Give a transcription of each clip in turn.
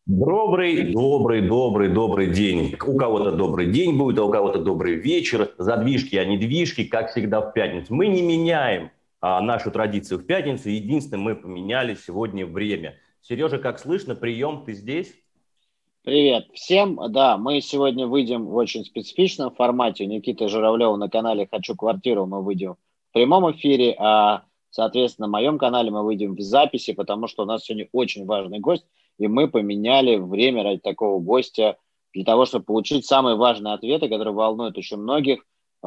Добрый день. У кого-то добрый день будет, а у кого-то добрый вечер. Задвижки, а не движки, как всегда в пятницу. Мы не меняем нашу традицию в пятницу. Единственное, мы поменяли сегодня время. Сережа, как слышно, прием, ты здесь? Привет всем. Да, мы сегодня выйдем в очень специфичном формате. У Никиты Журавлева на канале «Хочу квартиру» мы выйдем в прямом эфире, соответственно, на моем канале мы выйдем в записи, потому что у нас сегодня очень важный гость, и мы поменяли время ради такого гостя для того, чтобы получить самые важные ответы, которые волнуют очень многих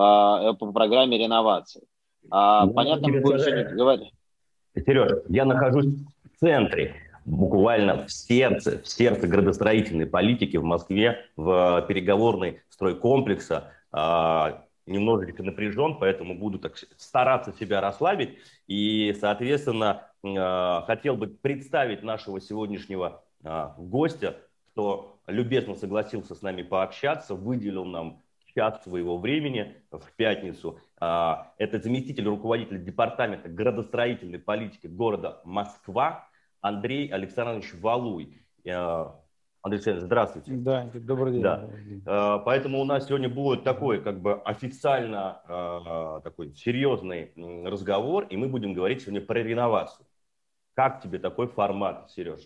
по программе реновации. Я могу Понятно, мы тебе будем сегодня сказать, говорить. Сережа, я нахожусь в центре, буквально в сердце градостроительной политики в Москве, в переговорной стройкомплекса. Немножечко напряжен, поэтому буду так стараться себя расслабить. И, соответственно, хотел бы представить нашего сегодняшнего гостя, кто любезно согласился с нами пообщаться, выделил нам час своего времени в пятницу. Это заместитель руководителя департамента градостроительной политики города Москва Андрей Александрович Валуй. Андрей Александрович, здравствуйте. Да, добрый день. Да. Поэтому у нас сегодня будет такой как бы официально такой серьезный разговор, и мы будем говорить сегодня про реновацию. Как тебе такой формат, Сереж?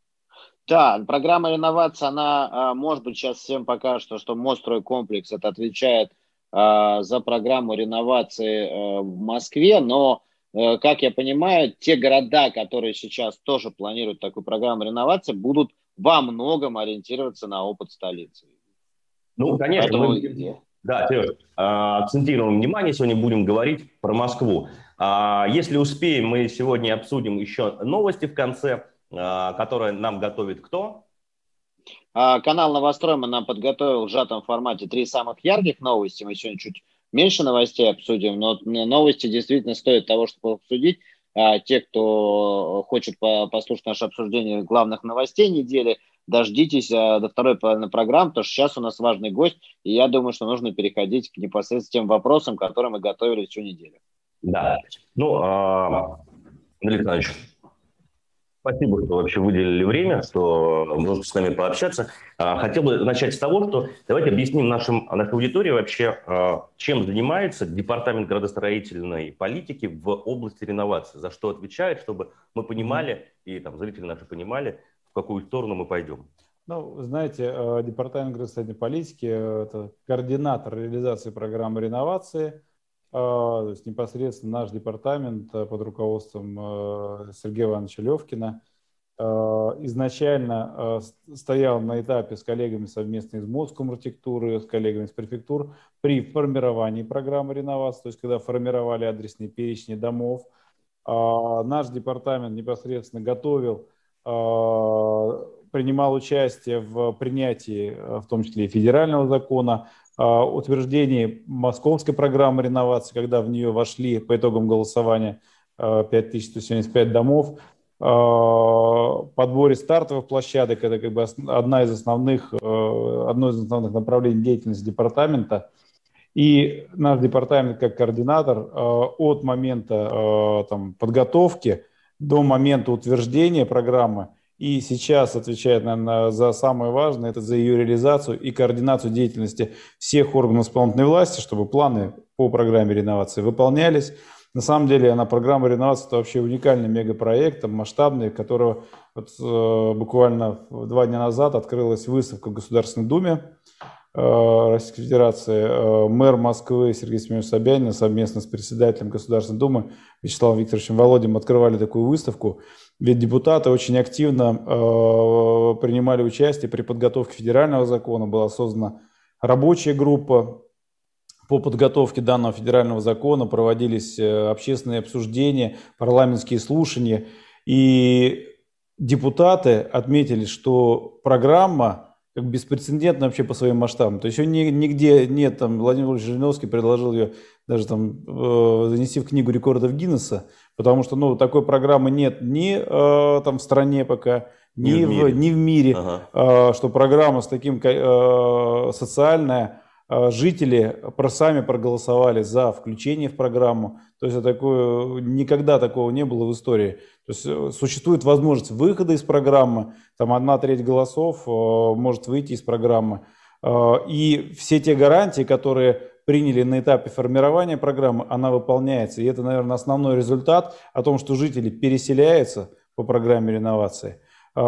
Да, программа реновации, она, может быть, сейчас всем покажется, что Мосстройкомплекс это отвечает за программу реновации в Москве, но, как я понимаю, те города, которые сейчас тоже планируют такую программу реновации, будут во многом ориентироваться на опыт столицы. Ну, конечно, Поэтому... Да, Сереж, акцентируем внимание, сегодня будем говорить про Москву. Если успеем, мы сегодня обсудим еще новости в конце, которые нам готовит кто? Канал «Новострой» нам подготовил в сжатом формате 3 самых ярких новости. Мы сегодня чуть меньше новостей обсудим, но новости действительно стоят того, чтобы обсудить. Те, кто хочет послушать наше обсуждение главных новостей недели, дождитесь до второй половины программы, потому что сейчас у нас важный гость, и я думаю, что нужно переходить к непосредственно тем вопросам, которые мы готовили всю неделю. Да. Ну, Андрей Александрович, спасибо, что вообще выделили время, что можете с нами пообщаться. Хотел бы начать с того, что давайте объясним нашей аудитории вообще, чем занимается Департамент градостроительной политики в области реновации, за что отвечает, чтобы мы понимали, и там зрители наши понимали, в какую сторону мы пойдем. Ну, знаете, Департамент градостроительной политики – это координатор реализации программы реновации. То есть непосредственно наш департамент под руководством Сергея Ивановича Левкина изначально стоял на этапе с коллегами совместно из Москомархитектуры, с коллегами из префектур при формировании программы реновации, то есть когда формировали адресные перечни домов. Наш департамент непосредственно готовил, принимал участие в принятии, в том числе и федерального закона, утверждении московской программы реновации, когда в нее вошли по итогам голосования 5175 домов, подборе стартовых площадок, это как бы одно из основных направлений деятельности департамента. И наш департамент как координатор от момента подготовки до момента утверждения программы и сейчас отвечает, наверное, за самое важное, это за ее реализацию и координацию деятельности всех органов исполнительной власти, чтобы планы по программе реновации выполнялись. На самом деле, программа реновации – это вообще уникальный мегапроект, масштабный, которого буквально 2 дня назад открылась выставка в Государственной Думе Российской Федерации. Мэр Москвы Сергей Семенович Собянин совместно с председателем Государственной Думы Вячеславом Викторовичем Володиным открывали такую выставку. Ведь депутаты очень активно принимали участие при подготовке федерального закона. Была создана рабочая группа по подготовке данного федерального закона, проводились общественные обсуждения, парламентские слушания. И депутаты отметили, что программа как беспрецедентно вообще по своим масштабам. То есть ее нигде нет. Владимир Владимирович Жириновский предложил ее даже занести в книгу рекордов Гиннесса, потому что такой программы нет ни в стране пока, ни в мире. Ага. Что программа с таким социальная, жители сами проголосовали за включение в программу. То есть никогда такого не было в истории. То есть существует возможность выхода из программы, там 1/3 голосов может выйти из программы. И все те гарантии, которые приняли на этапе формирования программы, она выполняется. И это, наверное, основной результат о том, что жители переселяются по программе реновации.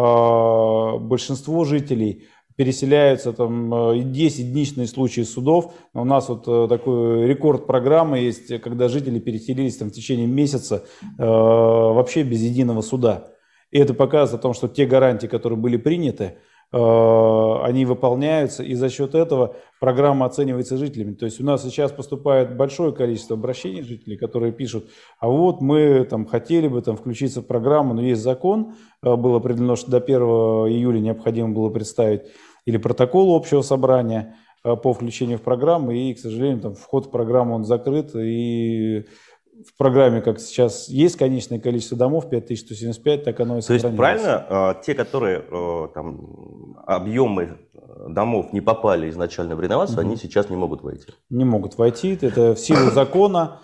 Большинство жителей переселяются, там есть единичные случаи судов. У нас вот такой рекорд программы есть, когда жители переселились там в течение месяца вообще без единого суда. И это показывает о том, что те гарантии, которые были приняты, они выполняются, и за счет этого программа оценивается жителями. То есть у нас сейчас поступает большое количество обращений жителей, которые пишут: а вот мы там хотели бы там включиться в программу, но есть закон, было определено, что до 1 июля необходимо было представить или протокол общего собрания по включению в программу, и, к сожалению, там вход в программу он закрыт, и в программе, как сейчас есть конечное количество домов, 5175, так оно и сохраняется. То есть правильно, те, которые там объемы домов не попали изначально в реновацию, они сейчас не могут войти? Не могут войти, это в силу закона.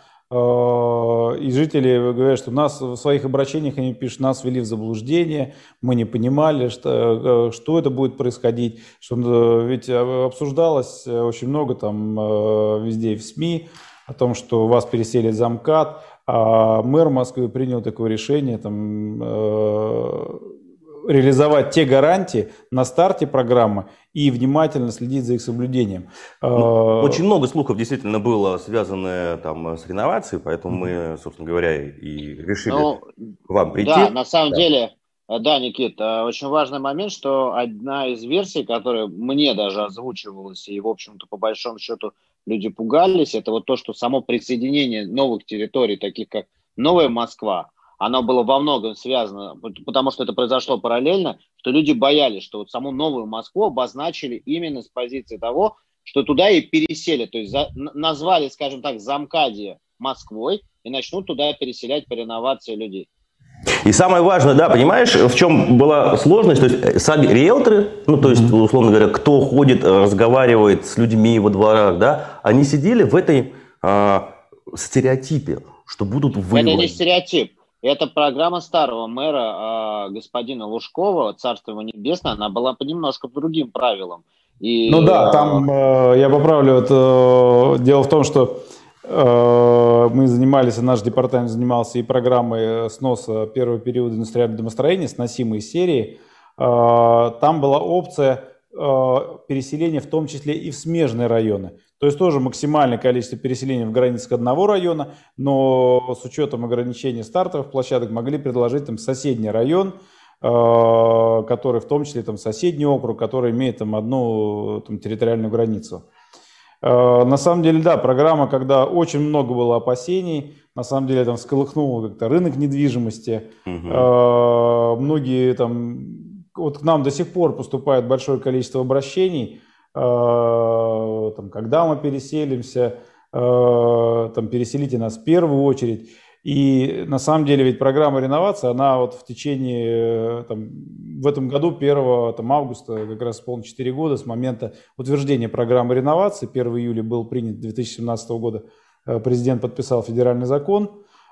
И жители говорят, что нас в своих обращениях они пишут: нас ввели в заблуждение, мы не понимали, что это будет происходить. Что, ведь обсуждалось очень много там везде в СМИ о том, что вас переселят в замкат, а мэр Москвы принял такое решение там, реализовать те гарантии на старте программы и внимательно следить за их соблюдением. Очень много слухов действительно было связано там с реновацией, поэтому мы, собственно говоря, и решили к вам прийти. Да, на самом деле, да, Никит, очень важный момент, что одна из версий, которая мне даже озвучивалась, и, в общем-то, по большому счету люди пугались, это вот то, что само присоединение новых территорий, таких как Новая Москва, оно было во многом связано, потому что это произошло параллельно, что люди боялись, что вот саму Новую Москву обозначили именно с позиции того, что туда и переселят, то есть назвали, скажем так, Замкадье Москвой и начнут туда переселять по реновации людей. И самое важное, да, понимаешь, в чем была сложность, то есть сами риэлторы, ну, то есть, условно говоря, кто ходит, разговаривает с людьми во дворах, да, они сидели в этой стереотипе, что будут выводы. Это не стереотип, это программа старого мэра господина Лужкова, царство ему небесное, она была по немножко другим правилам. И, ну да, там, я поправлю, дело в том, что мы занимались, наш департамент занимался и программой сноса первого периода индустриального домостроения, сносимой серии. Там была опция переселения, в том числе и в смежные районы. То есть тоже максимальное количество переселений в границах одного района, но с учетом ограничений стартовых площадок могли предложить там соседний район, который в том числе там соседний округ, который имеет там одну там территориальную границу. На самом деле, да, программа, когда очень много было опасений, на самом деле там всколыхнула как-то рынок недвижимости. Многие там, вот к нам до сих пор поступает большое количество обращений, там, когда мы переселимся, там, переселите нас в первую очередь. И на самом деле ведь программа реновации, она вот в течение, там, в этом году 1 августа, как раз исполнилось 4 года с момента утверждения программы реновации. 1 июля был принят 2017 года, президент подписал федеральный закон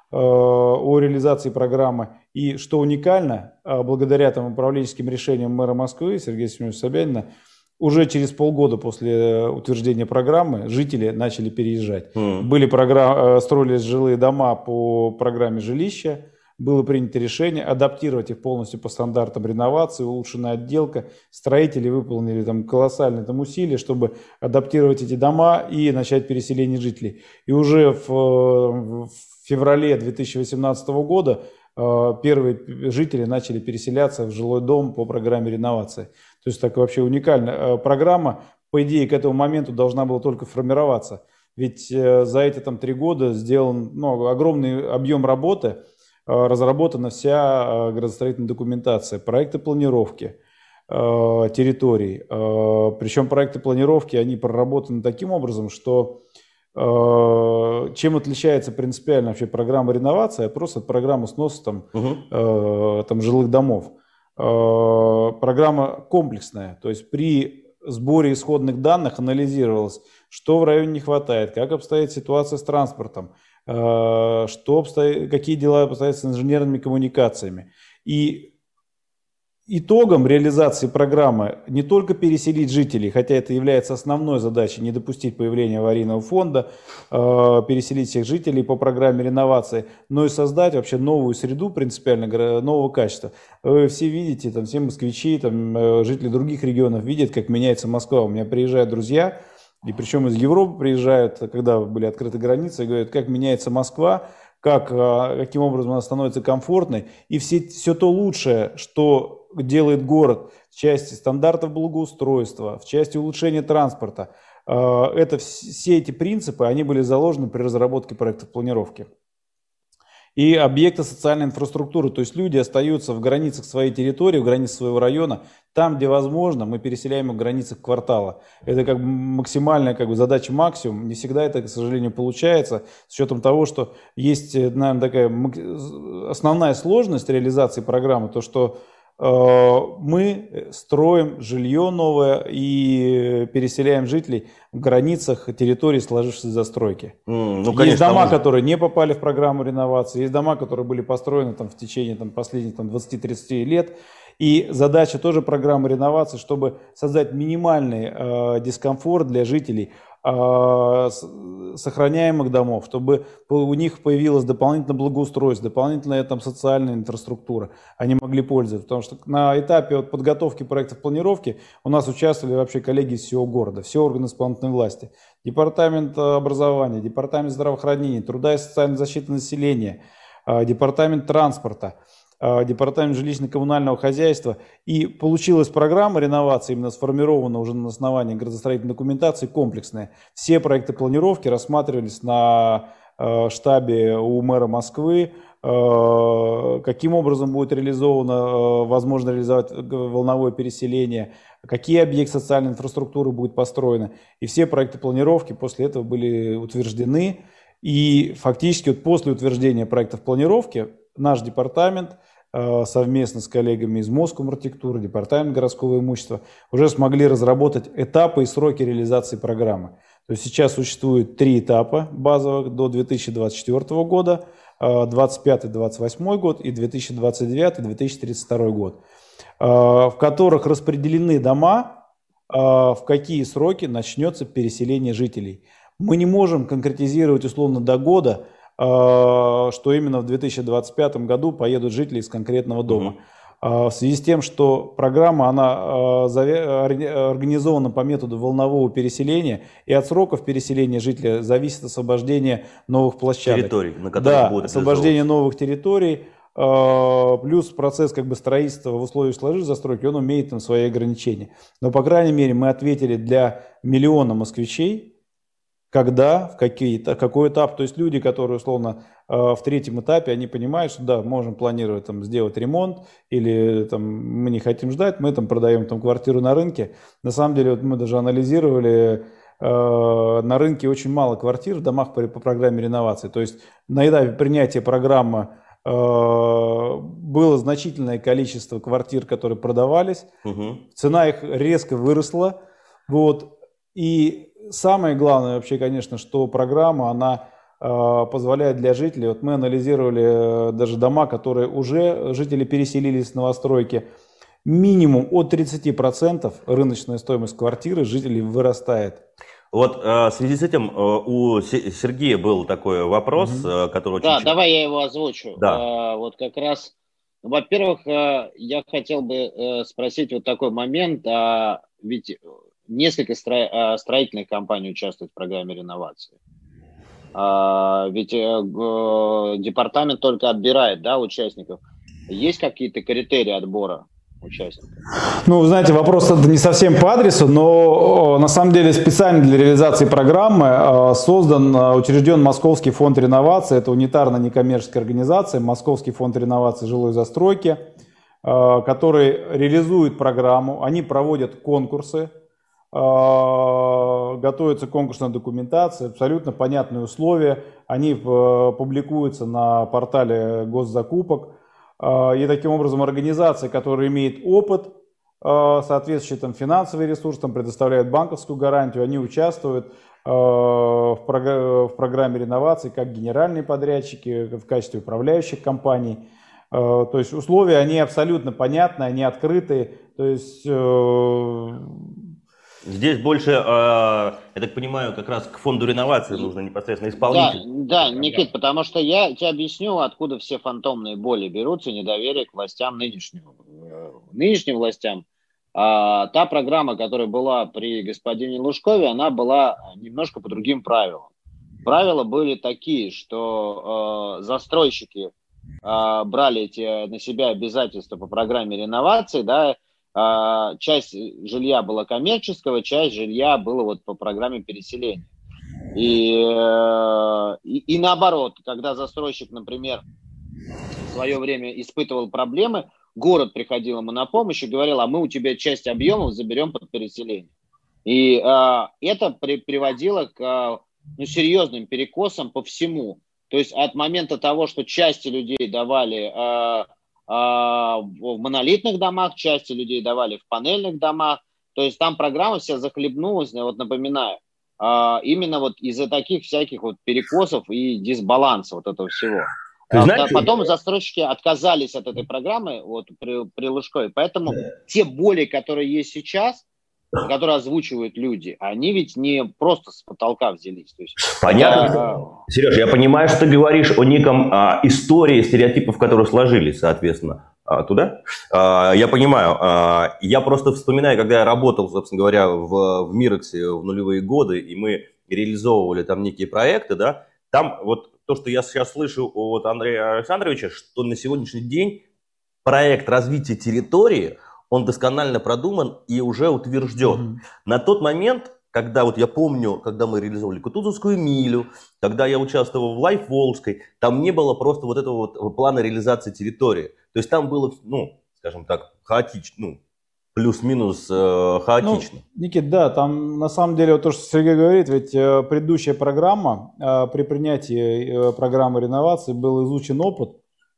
о реализации программы. И что уникально, благодаря там управленческим решениям мэра Москвы Сергея Семеновича Собянина, уже через полгода после утверждения программы жители начали переезжать. Строились жилые дома по программе жилища, было принято решение адаптировать их полностью по стандартам реновации, улучшенная отделка. Строители выполнили там колоссальные там усилия, чтобы адаптировать эти дома и начать переселение жителей. И уже в феврале 2018 года первые жители начали переселяться в жилой дом по программе реновации. То есть так вообще уникальная программа, по идее, к этому моменту должна была только формироваться. Ведь за эти там 3 года сделан огромный объем работы, разработана вся градостроительная документация, проекты планировки территорий. Причем проекты планировки, они проработаны таким образом, что чем отличается принципиально вообще программа реновации просто от программы сноса там жилых домов. Программа комплексная, то есть при сборе исходных данных анализировалось, что в районе не хватает, как обстоит ситуация с транспортом, какие дела обстоят с инженерными коммуникациями. И итогом реализации программы не только переселить жителей, хотя это является основной задачей, не допустить появления аварийного фонда, переселить всех жителей по программе реновации, но и создать вообще новую среду принципиально нового качества. Вы все видите, там, все москвичи, там, жители других регионов видят, как меняется Москва. У меня приезжают друзья, и причем из Европы приезжают, когда были открыты границы, и говорят, как меняется Москва, каким образом она становится комфортной, и все то лучшее, что делает город в части стандартов благоустройства, в части улучшения транспорта. Все эти принципы, они были заложены при разработке проектов планировки. И объекты социальной инфраструктуры, то есть люди остаются в границах своей территории, в границах своего района, там, где возможно, мы переселяем их в границах квартала. Это как бы максимальная задача максимум. Не всегда это, к сожалению, получается, с учетом того, что есть, наверное, такая основная сложность реализации программы, то, что мы строим жилье новое и переселяем жителей в границах территории сложившейся застройки. Конечно, есть дома, которые не попали в программу реновации, есть дома, которые были построены в течение последних 20-30 лет. И задача тоже программы реновации, чтобы создать минимальный дискомфорт для жителей сохраняемых домов, чтобы у них появилось дополнительное благоустройство, дополнительная социальная инфраструктура, они могли пользоваться. Потому что на этапе подготовки проектов планировки у нас участвовали вообще коллеги из всего города, все органы исполнительной власти, департамент образования, департамент здравоохранения, труда и социальной защиты населения, департамент транспорта, департамент жилищно-коммунального хозяйства. И получилась программа реновации, именно сформирована уже на основании градостроительной документации, комплексная. Все проекты планировки рассматривались на штабе у мэра Москвы, каким образом будет реализовано, возможно реализовать волновое переселение, какие объекты социальной инфраструктуры будут построены. И все проекты планировки после этого были утверждены. И фактически после утверждения проектов планировки наш департамент совместно с коллегами из Москомартектуры, департамент городского имущества уже смогли разработать этапы и сроки реализации программы. То есть сейчас существует 3 этапа базовых до 2024 года, 2025-2028 год и 2029-2032 год, в которых распределены дома, в какие сроки начнется переселение жителей. Мы не можем конкретизировать условно до года, что именно в 2025 году поедут жители из конкретного дома. В связи с тем, что программа она организована по методу волнового переселения, и от сроков переселения жителя зависит освобождение новых площадок. Территорий, на которых будет освобождение новых территорий, плюс процесс строительства в условиях сложившейся застройки, он имеет свои ограничения. Но, по крайней мере, мы ответили для миллиона москвичей, когда, в какой этап. То есть люди, которые условно в 3-м этапе, они понимают, что да, можем планировать сделать ремонт, или мы не хотим ждать, мы продаем квартиру на рынке. На самом деле мы даже анализировали, на рынке очень мало квартир в домах по программе реновации. То есть на этапе принятия программы было значительное количество квартир, которые продавались, цена их резко выросла. И самое главное вообще, конечно, что программа, она позволяет для жителей, мы анализировали даже дома, которые уже жители переселились в новостройки, минимум от 30% рыночная стоимость квартиры жителей вырастает. В связи с этим у Сергея был такой вопрос, который очень... Да, давай я его озвучу. Да. Как раз, во-первых, я хотел бы спросить такой момент, ведь несколько строительных компаний участвуют в программе реновации. Ведь департамент только отбирает, участников. Есть какие-то критерии отбора участников? Вы знаете, вопрос не совсем по адресу, но на самом деле специально для реализации программы учрежден Московский фонд реновации. Это унитарная некоммерческая организация, Московский фонд реновации жилой застройки, который реализует программу. Они проводят конкурсы, готовится конкурсная документация, абсолютно понятные условия, они публикуются на портале госзакупок, и таким образом организация, которая имеет опыт соответствующий там финансовый ресурс, там предоставляют банковскую гарантию, они участвуют в программе реновации как генеральные подрядчики в качестве управляющих компаний. То есть условия, они абсолютно понятны, они открыты. То есть здесь больше, я так понимаю, как раз к фонду реновации нужно непосредственно исполнитель. Да, Никит, потому что я тебе объясню, откуда все фантомные боли берутся, недоверие к властям нынешним властям. Та программа, которая была при господине Лужкове, она была немножко по другим правилам. Правила были такие, что застройщики брали на себя обязательства по программе реновации, да, часть жилья была коммерческого, часть жилья было вот по программе переселения. И наоборот, когда застройщик, например, в свое время испытывал проблемы, город приходил ему на помощь и говорил: а мы у тебя часть объемов заберем под переселение. И это приводило к серьезным перекосам по всему. То есть от момента того, что части людей давали в монолитных домах, части людей давали в панельных домах. То есть там программа вся захлебнулась, вот напоминаю, именно вот из-за таких всяких вот перекосов и дисбаланса вот этого всего. Знаете, потом застройщики отказались от этой программы вот, при Лужкове. Поэтому те боли, которые есть сейчас, которые озвучивают люди, они ведь не просто с потолка взялись. То есть, понятно. Сереж, я понимаю, что ты говоришь о неком истории стереотипов, которые сложились, соответственно, туда. Я понимаю. Я просто вспоминаю, когда я работал, собственно говоря, в Мирексе в нулевые годы, и мы реализовывали там некие проекты, да, там вот то, что я сейчас слышу от Андрея Александровича, что на сегодняшний день проект развития территории, он досконально продуман и уже утвержден. На тот момент, когда вот я помню, когда мы реализовали Кутузовскую милю, когда я участвовал в Лайф Волжской, там не было просто вот этого вот плана реализации территории. То есть там было, скажем так, хаотично, плюс-минус хаотично. Никит, да, там на самом деле вот то, что Сергей говорит, ведь предыдущая программа, при принятии программы реновации был изучен опыт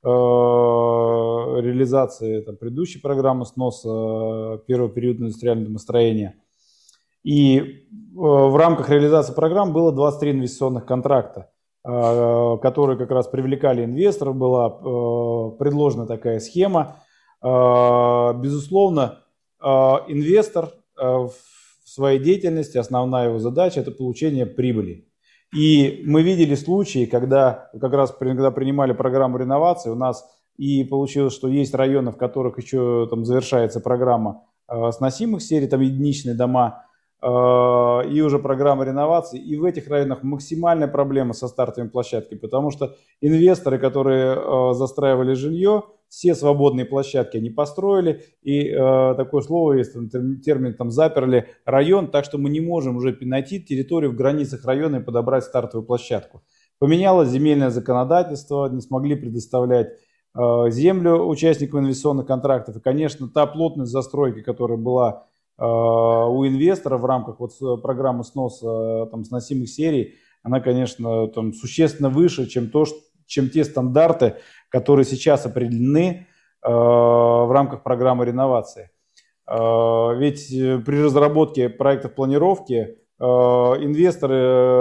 реализации предыдущей программы сноса первого периода индустриального домостроения. И в рамках реализации программ было 23 инвестиционных контракта, которые как раз привлекали инвесторов, была предложена такая схема. Безусловно, инвестор в своей деятельности, основная его задача – это получение прибыли. И мы видели случаи, когда как раз когда принимали программу реновации, у нас и получилось, что есть районы, в которых еще там завершается программа сносимых серий, там единичные дома, и уже программа реновации. И в этих районах максимальная проблема со стартовыми площадками, потому что инвесторы, которые застраивали жилье, все свободные площадки они построили, и такое слово есть, термин там заперли район, так что мы не можем уже найти территорию в границах района и подобрать стартовую площадку. Поменялось земельное законодательство, не смогли предоставлять землю участникам инвестиционных контрактов, и, конечно, та плотность застройки, которая была у инвесторов в рамках вот программы сноса сносимых серий, она, конечно, там существенно выше, чем те стандарты, которые сейчас определены в рамках программы реновации. Ведь при разработке проектов планировки инвесторы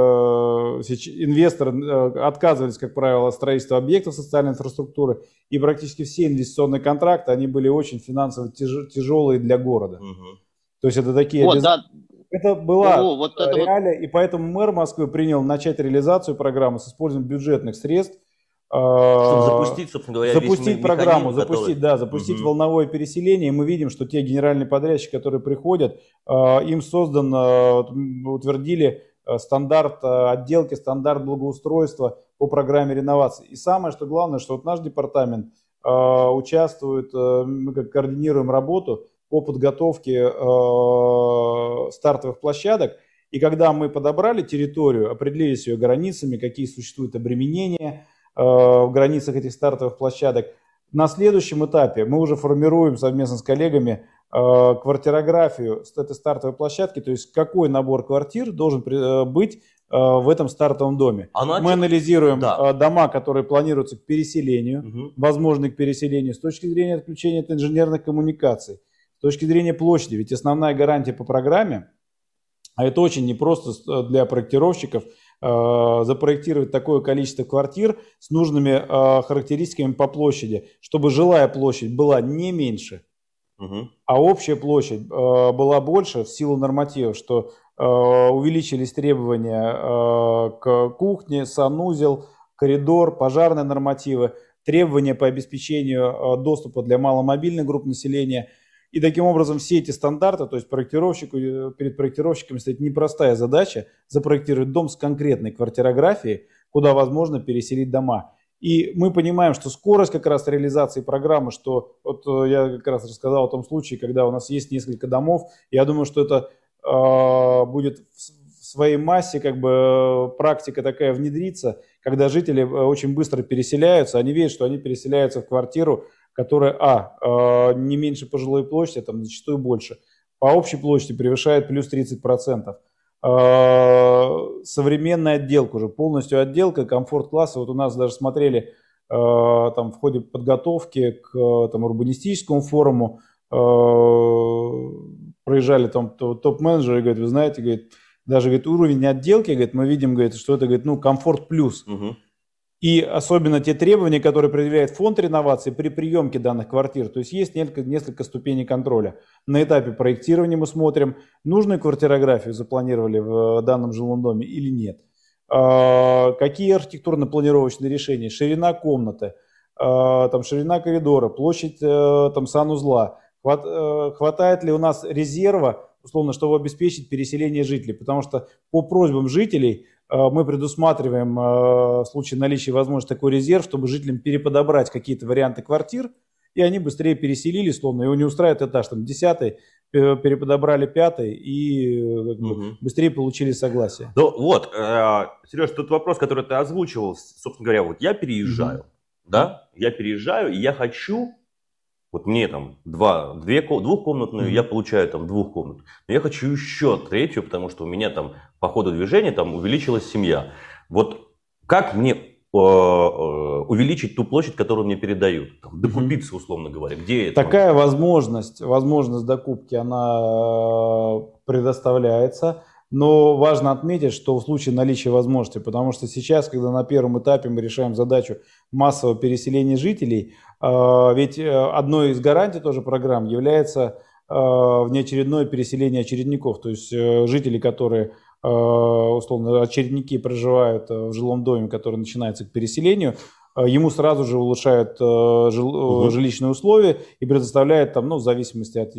отказывались, как правило, от строительства объектов социальной инфраструктуры, и практически все инвестиционные контракты, они были очень финансово тяжелые для города. То есть это такие... Это была реалия, и поэтому мэр Москвы принял начать реализацию программы с использованием бюджетных средств. Чтобы запустить, собственно говоря, запустить программу, запустить волновое переселение. И мы видим, что те генеральные подрядчики, которые приходят, им утвердили стандарт отделки, стандарт благоустройства по программе реновации. И самое, что главное, что вот наш департамент участвует, мы как координируем работу по подготовке стартовых площадок. И когда мы подобрали территорию, определились с ее границами, какие существуют обременения в границах этих стартовых площадок, на следующем этапе мы уже формируем совместно с коллегами квартирографию этой стартовой площадки, то есть какой набор квартир должен быть в этом стартовом доме. Мы анализируем дома, которые планируются к переселению, возможны к переселению с точки зрения отключения от инженерных коммуникаций. С точки зрения площади, ведь основная гарантия по программе, а это очень непросто для проектировщиков, запроектировать такое количество квартир с нужными характеристиками по площади, чтобы жилая площадь была не меньше, а общая площадь была больше в силу нормативов, что увеличились требования к кухне, санузел, коридор, пожарные нормативы, требования по обеспечению доступа для маломобильных групп населения. И таким образом все эти стандарты, то есть перед проектировщиками стоит непростая задача запроектировать дом с конкретной квартирографией, куда возможно переселить дома. И мы понимаем, что скорость как раз реализации программы, что вот я как раз рассказал о том случае, когда у нас есть несколько домов, я думаю, что это будет в своей массе как бы практика такая внедриться, когда жители очень быстро переселяются, они видят, что они переселяются в квартиру, которая не меньше по жилой площади, там зачастую больше, по общей площади превышает плюс 30%. Современная отделка уже, полностью отделка, комфорт-класса. Вот у нас даже смотрели там в ходе подготовки к там, урбанистическому форуму, проезжали там топ-менеджеры, говорят, вы знаете, говорит, даже говорит, уровень отделки, говорит, мы видим, говорит, что это говорит, ну, комфорт плюс. И особенно те требования, которые предъявляет фонд реновации при приемке данных квартир. То есть есть несколько ступеней контроля. На этапе проектирования мы смотрим, нужную квартирографию запланировали в данном жилом доме или нет. Какие архитектурно-планировочные решения, ширина комнаты, там, ширина коридора, площадь там, санузла. Хватает ли у нас резерва, условно, чтобы обеспечить переселение жителей. Потому что по просьбам жителей мы предусматриваем в случае наличия возможности такой резерв, чтобы жителям переподобрать какие-то варианты квартир, и они быстрее переселились, словно его не устраивает этаж, там 10-й, переподобрали 5-й и быстрее получили согласие. Ну вот, Сереж, тот вопрос, который ты озвучивал, собственно говоря, вот я переезжаю, да, я переезжаю, и я хочу, вот мне там двухкомнатную, я получаю там двухкомнатную, но я хочу еще третью, потому что у меня там по ходу движения там увеличилась семья. Вот как мне увеличить ту площадь, которую мне передают, там, докупиться, условно говоря, где это? Такая возможность докупки, она предоставляется. Но важно отметить, что в случае наличия возможности, потому что сейчас, когда на первом этапе мы решаем задачу массового переселения жителей, ведь одной из гарантий тоже программ является внеочередное переселение очередников. То есть жители, которые, условно, очередники проживают в жилом доме, который начинается к переселению, ему сразу же улучшают жилищные условия и предоставляют, там, ну, в зависимости от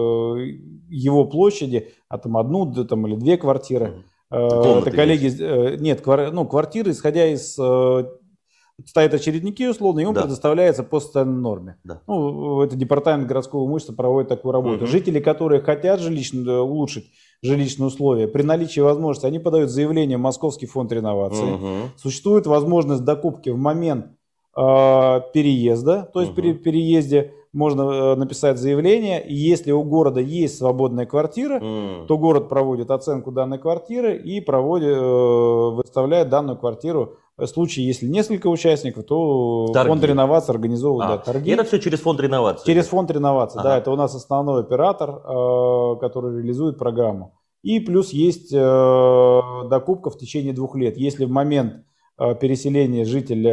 его площади, там, одну там, или две квартиры. Это коллеги, нет, квартиры, исходя из... Ставят очередники, условно, и ему предоставляется по социальной норме. Да. Ну, это департамент городского имущества проводит такую работу. Жители, которые хотят улучшить жилищные условия, при наличии возможности, они подают заявление в Московский фонд реновации. Существует возможность докупки в момент переезда, то есть при переезде можно написать заявление, и если у города есть свободная квартира, то город проводит оценку данной квартиры и выставляет данную квартиру. В случае, если несколько участников, то фонд реновации организовывает торги. И это все через фонд реновации? Через фонд реновации, да. Это у нас основной оператор, который реализует программу. И плюс есть докупка в течение 2 лет. Если в момент переселения житель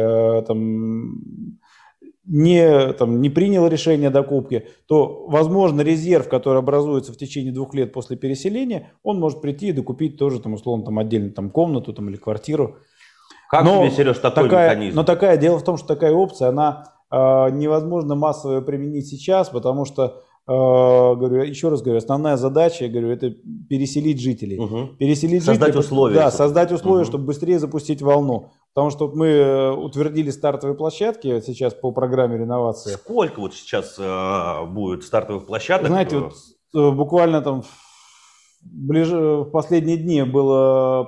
не принял решение о докупке, то, возможно, резерв, который образуется в течение 2 лет после переселения, он может прийти и докупить тоже, там, условно, там, отдельно там, комнату там, или квартиру. Как тебе, Сереж, такой механизм? Но дело в том, что такая опция, она невозможно массово применить сейчас, потому что, еще раз говорю, основная задача, это переселить жителей. Создать условия. Да, создать условия, чтобы быстрее запустить волну. Потому что мы утвердили стартовые площадки сейчас по программе реновации. Сколько вот сейчас будет стартовых площадок? Знаете, вот, буквально там в последние дни было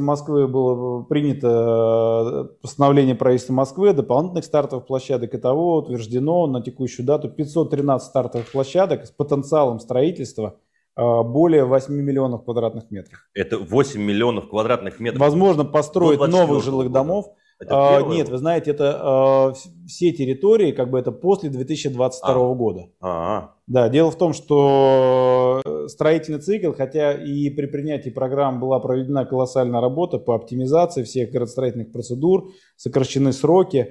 принято постановление правительства Москвы, дополнительных стартовых площадок. Итого утверждено на текущую дату 513 стартовых площадок с потенциалом строительства более 8 миллионов квадратных метров. Это 8 миллионов квадратных метров. Возможно построить новых жилых домов. Нет, вы знаете, это все территории, как бы это после 2022 года. Да, дело в том, что строительный цикл, хотя и при принятии программ была проведена колоссальная работа по оптимизации всех градостроительных процедур, сокращены сроки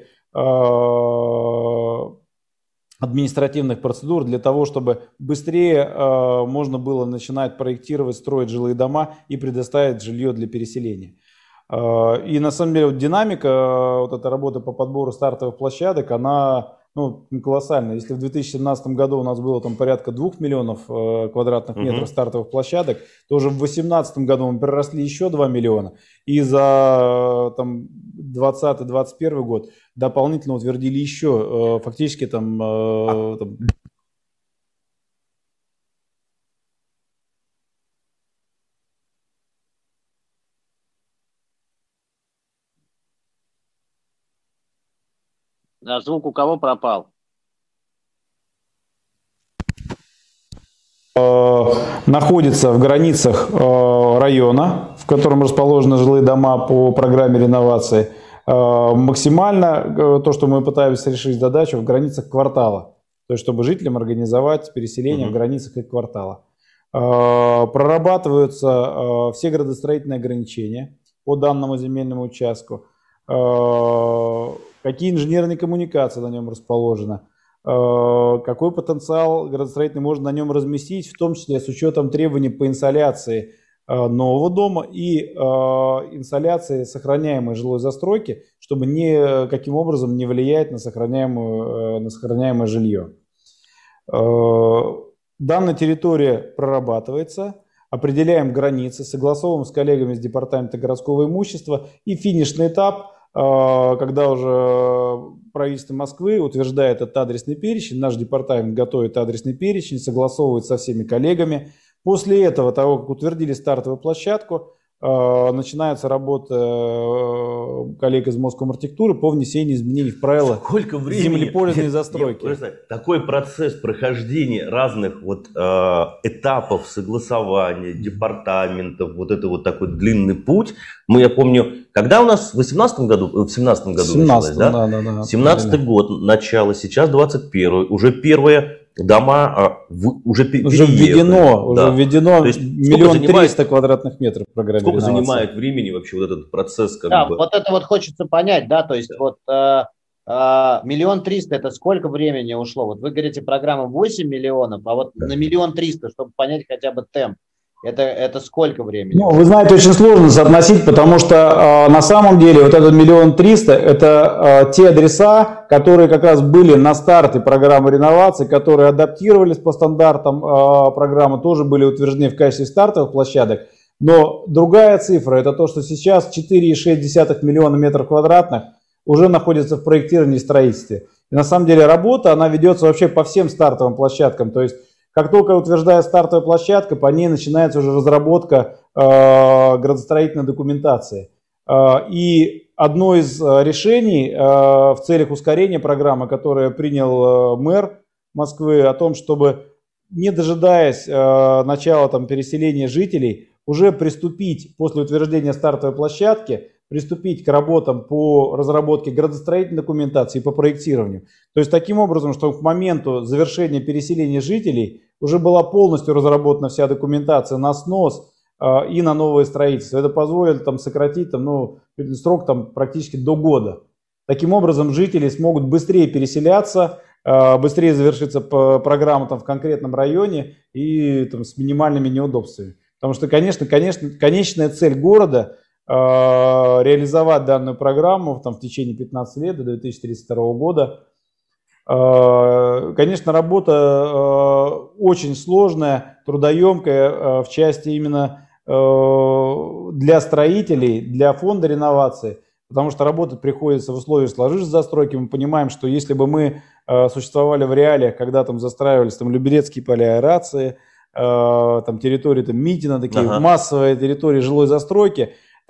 административных процедур для того, чтобы быстрее можно было начинать проектировать, строить жилые дома и предоставить жилье для переселения. И на самом деле вот динамика вот этой работы по подбору стартовых площадок, она колоссальная. Если в 2017 году у нас было там порядка 2 миллионов квадратных метров стартовых площадок, то уже в 2018 году мы переросли еще 2 миллиона. И за 2020-2021 год дополнительно утвердили еще фактически А звук у кого пропал? Находится в границах района, в котором расположены жилые дома по программе реновации. Максимально то, что мы пытаемся решить задачу, в границах квартала. То есть, чтобы жителям организовать переселение в границах их квартала. Прорабатываются все градостроительные ограничения по данному земельному участку. Какие инженерные коммуникации на нем расположены, какой потенциал градостроительный можно на нем разместить, в том числе с учетом требований по инсоляции нового дома и инсоляции сохраняемой жилой застройки, чтобы никаким образом не влиять на сохраняемое жилье. Данная территория прорабатывается, определяем границы, согласовываем с коллегами с Департамента городского имущества, и финишный этап, когда уже правительство Москвы утверждает этот адресный перечень, наш департамент готовит адресный перечень, согласовывает со всеми коллегами. После этого, того, как утвердили стартовую площадку, начинается работа коллег из Москомархитектуры по внесению изменений в правила землепользовательной застройки. Такой процесс прохождения разных этапов согласования, департаментов, вот это вот такой длинный путь. Я помню, когда у нас в 17 году началось, да? Да. 17-й год, начало, сейчас 21-й, уже первые дома уже введено, да. Уже введено 1 300 000 квадратных метров в программе. Сколько занимает времени вообще вот этот процесс? Вот это вот хочется понять, да, то есть 1 300 000 это сколько времени ушло? Вот вы говорите, программа 8 миллионов, а вот на 1 300 000, чтобы понять хотя бы темп, это сколько времени? Вы знаете, очень сложно соотносить, потому что на самом деле вот этот 1 300 000 это те адреса, которые как раз были на старте программы реновации, которые адаптировались по стандартам программы, тоже были утверждены в качестве стартовых площадок. Но другая цифра, это то, что сейчас 4,6 миллиона метров квадратных уже находится в проектировании и строительстве. И на самом деле работа, она ведется вообще по всем стартовым площадкам, то есть как только утверждает стартовая площадка, по ней начинается уже разработка градостроительной документации. И одно из решений в целях ускорения программы, которое принял мэр Москвы, о том, чтобы, не дожидаясь начала переселения жителей, уже приступить после утверждения стартовой площадки, приступить к работам по разработке градостроительной документации и по проектированию. То есть таким образом, что к моменту завершения переселения жителей уже была полностью разработана вся документация на снос и на новое строительство. Это позволит сократить срок практически до года. Таким образом, жители смогут быстрее переселяться, быстрее завершится программа в конкретном районе и с минимальными неудобствами. Потому что, конечно, конечная цель города реализовать данную программу в течение 15 лет, до 2032 года. Конечно, работа очень сложная, трудоемкая в части именно для строителей, для фонда реновации, потому что работать приходится в условиях сложившейся застройки. Мы понимаем, что если бы мы существовали в реалиях, когда застраивались Люберецкие поля аэрации, территории Митина, такие массовые территории жилой застройки,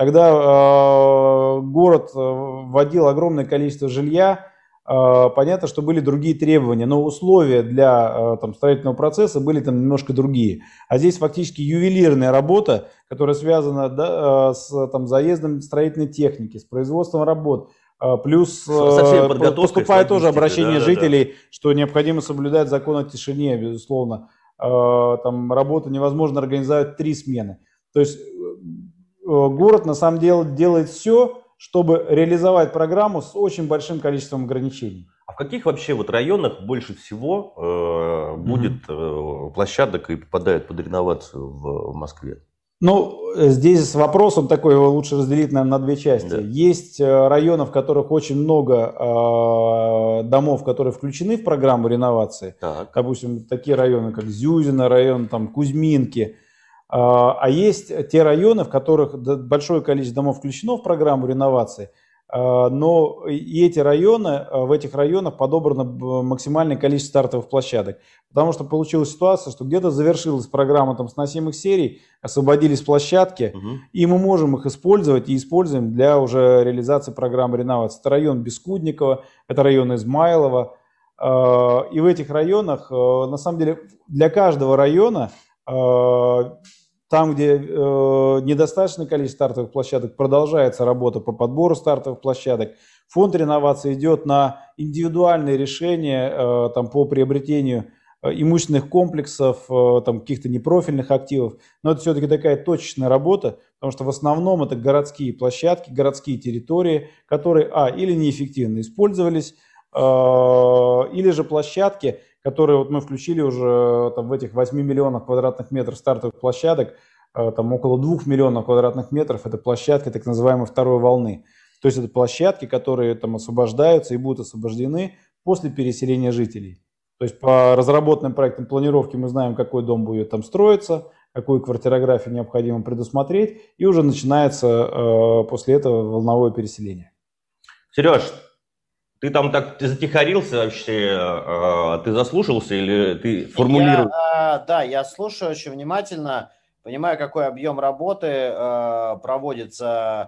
тогда город вводил огромное количество жилья. Понятно, что были другие требования, но условия для строительного процесса были немножко другие. А здесь фактически ювелирная работа, которая связана с заездом строительной техники, с производством работ, Плюс поступает тоже обращение жителей, что необходимо соблюдать закон о тишине, безусловно. Там работу невозможно организовать 3 смены. То есть город на самом деле делает все, чтобы реализовать программу с очень большим количеством ограничений. А в каких вообще вот районах больше всего будет площадок и попадает под реновацию в Москве? Ну, здесь вопрос, он такой, его лучше разделить, наверное, на 2 части. Да. Есть районы, в которых очень много домов, которые включены в программу реновации. Так. Допустим, такие районы, как Зюзино, район там, Кузьминки. А есть те районы, в которых большое количество домов включено в программу реновации, но и эти районы, в этих районах подобрано максимальное количество стартовых площадок. Потому что получилась ситуация, что где-то завершилась программа там, сносимых серий, освободились площадки, и мы можем их использовать и используем для уже реализации программы реновации. Это район Бескудникова, это район Измайлова. И в этих районах, на самом деле, для каждого района, там, где недостаточное количество стартовых площадок, продолжается работа по подбору стартовых площадок. Фонд реновации идет на индивидуальные решения там, по приобретению имущественных комплексов, там, каких-то непрофильных активов. Но это все-таки такая точечная работа, потому что в основном это городские площадки, городские территории, которые или неэффективно использовались, или же площадки, которые вот мы включили уже там, в этих 8 миллионах квадратных метров стартовых площадок, там около 2 миллионов квадратных метров это площадки так называемой второй волны. То есть это площадки, которые там освобождаются и будут освобождены после переселения жителей. То есть по разработанным проектам планировки мы знаем, какой дом будет там строиться, какую квартирографию необходимо предусмотреть, и уже начинается после этого волновое переселение. Сереж, ты там так затихарился вообще, ты заслушался или ты формулируешь? Да, я слушаю очень внимательно, понимаю, какой объем работы проводится,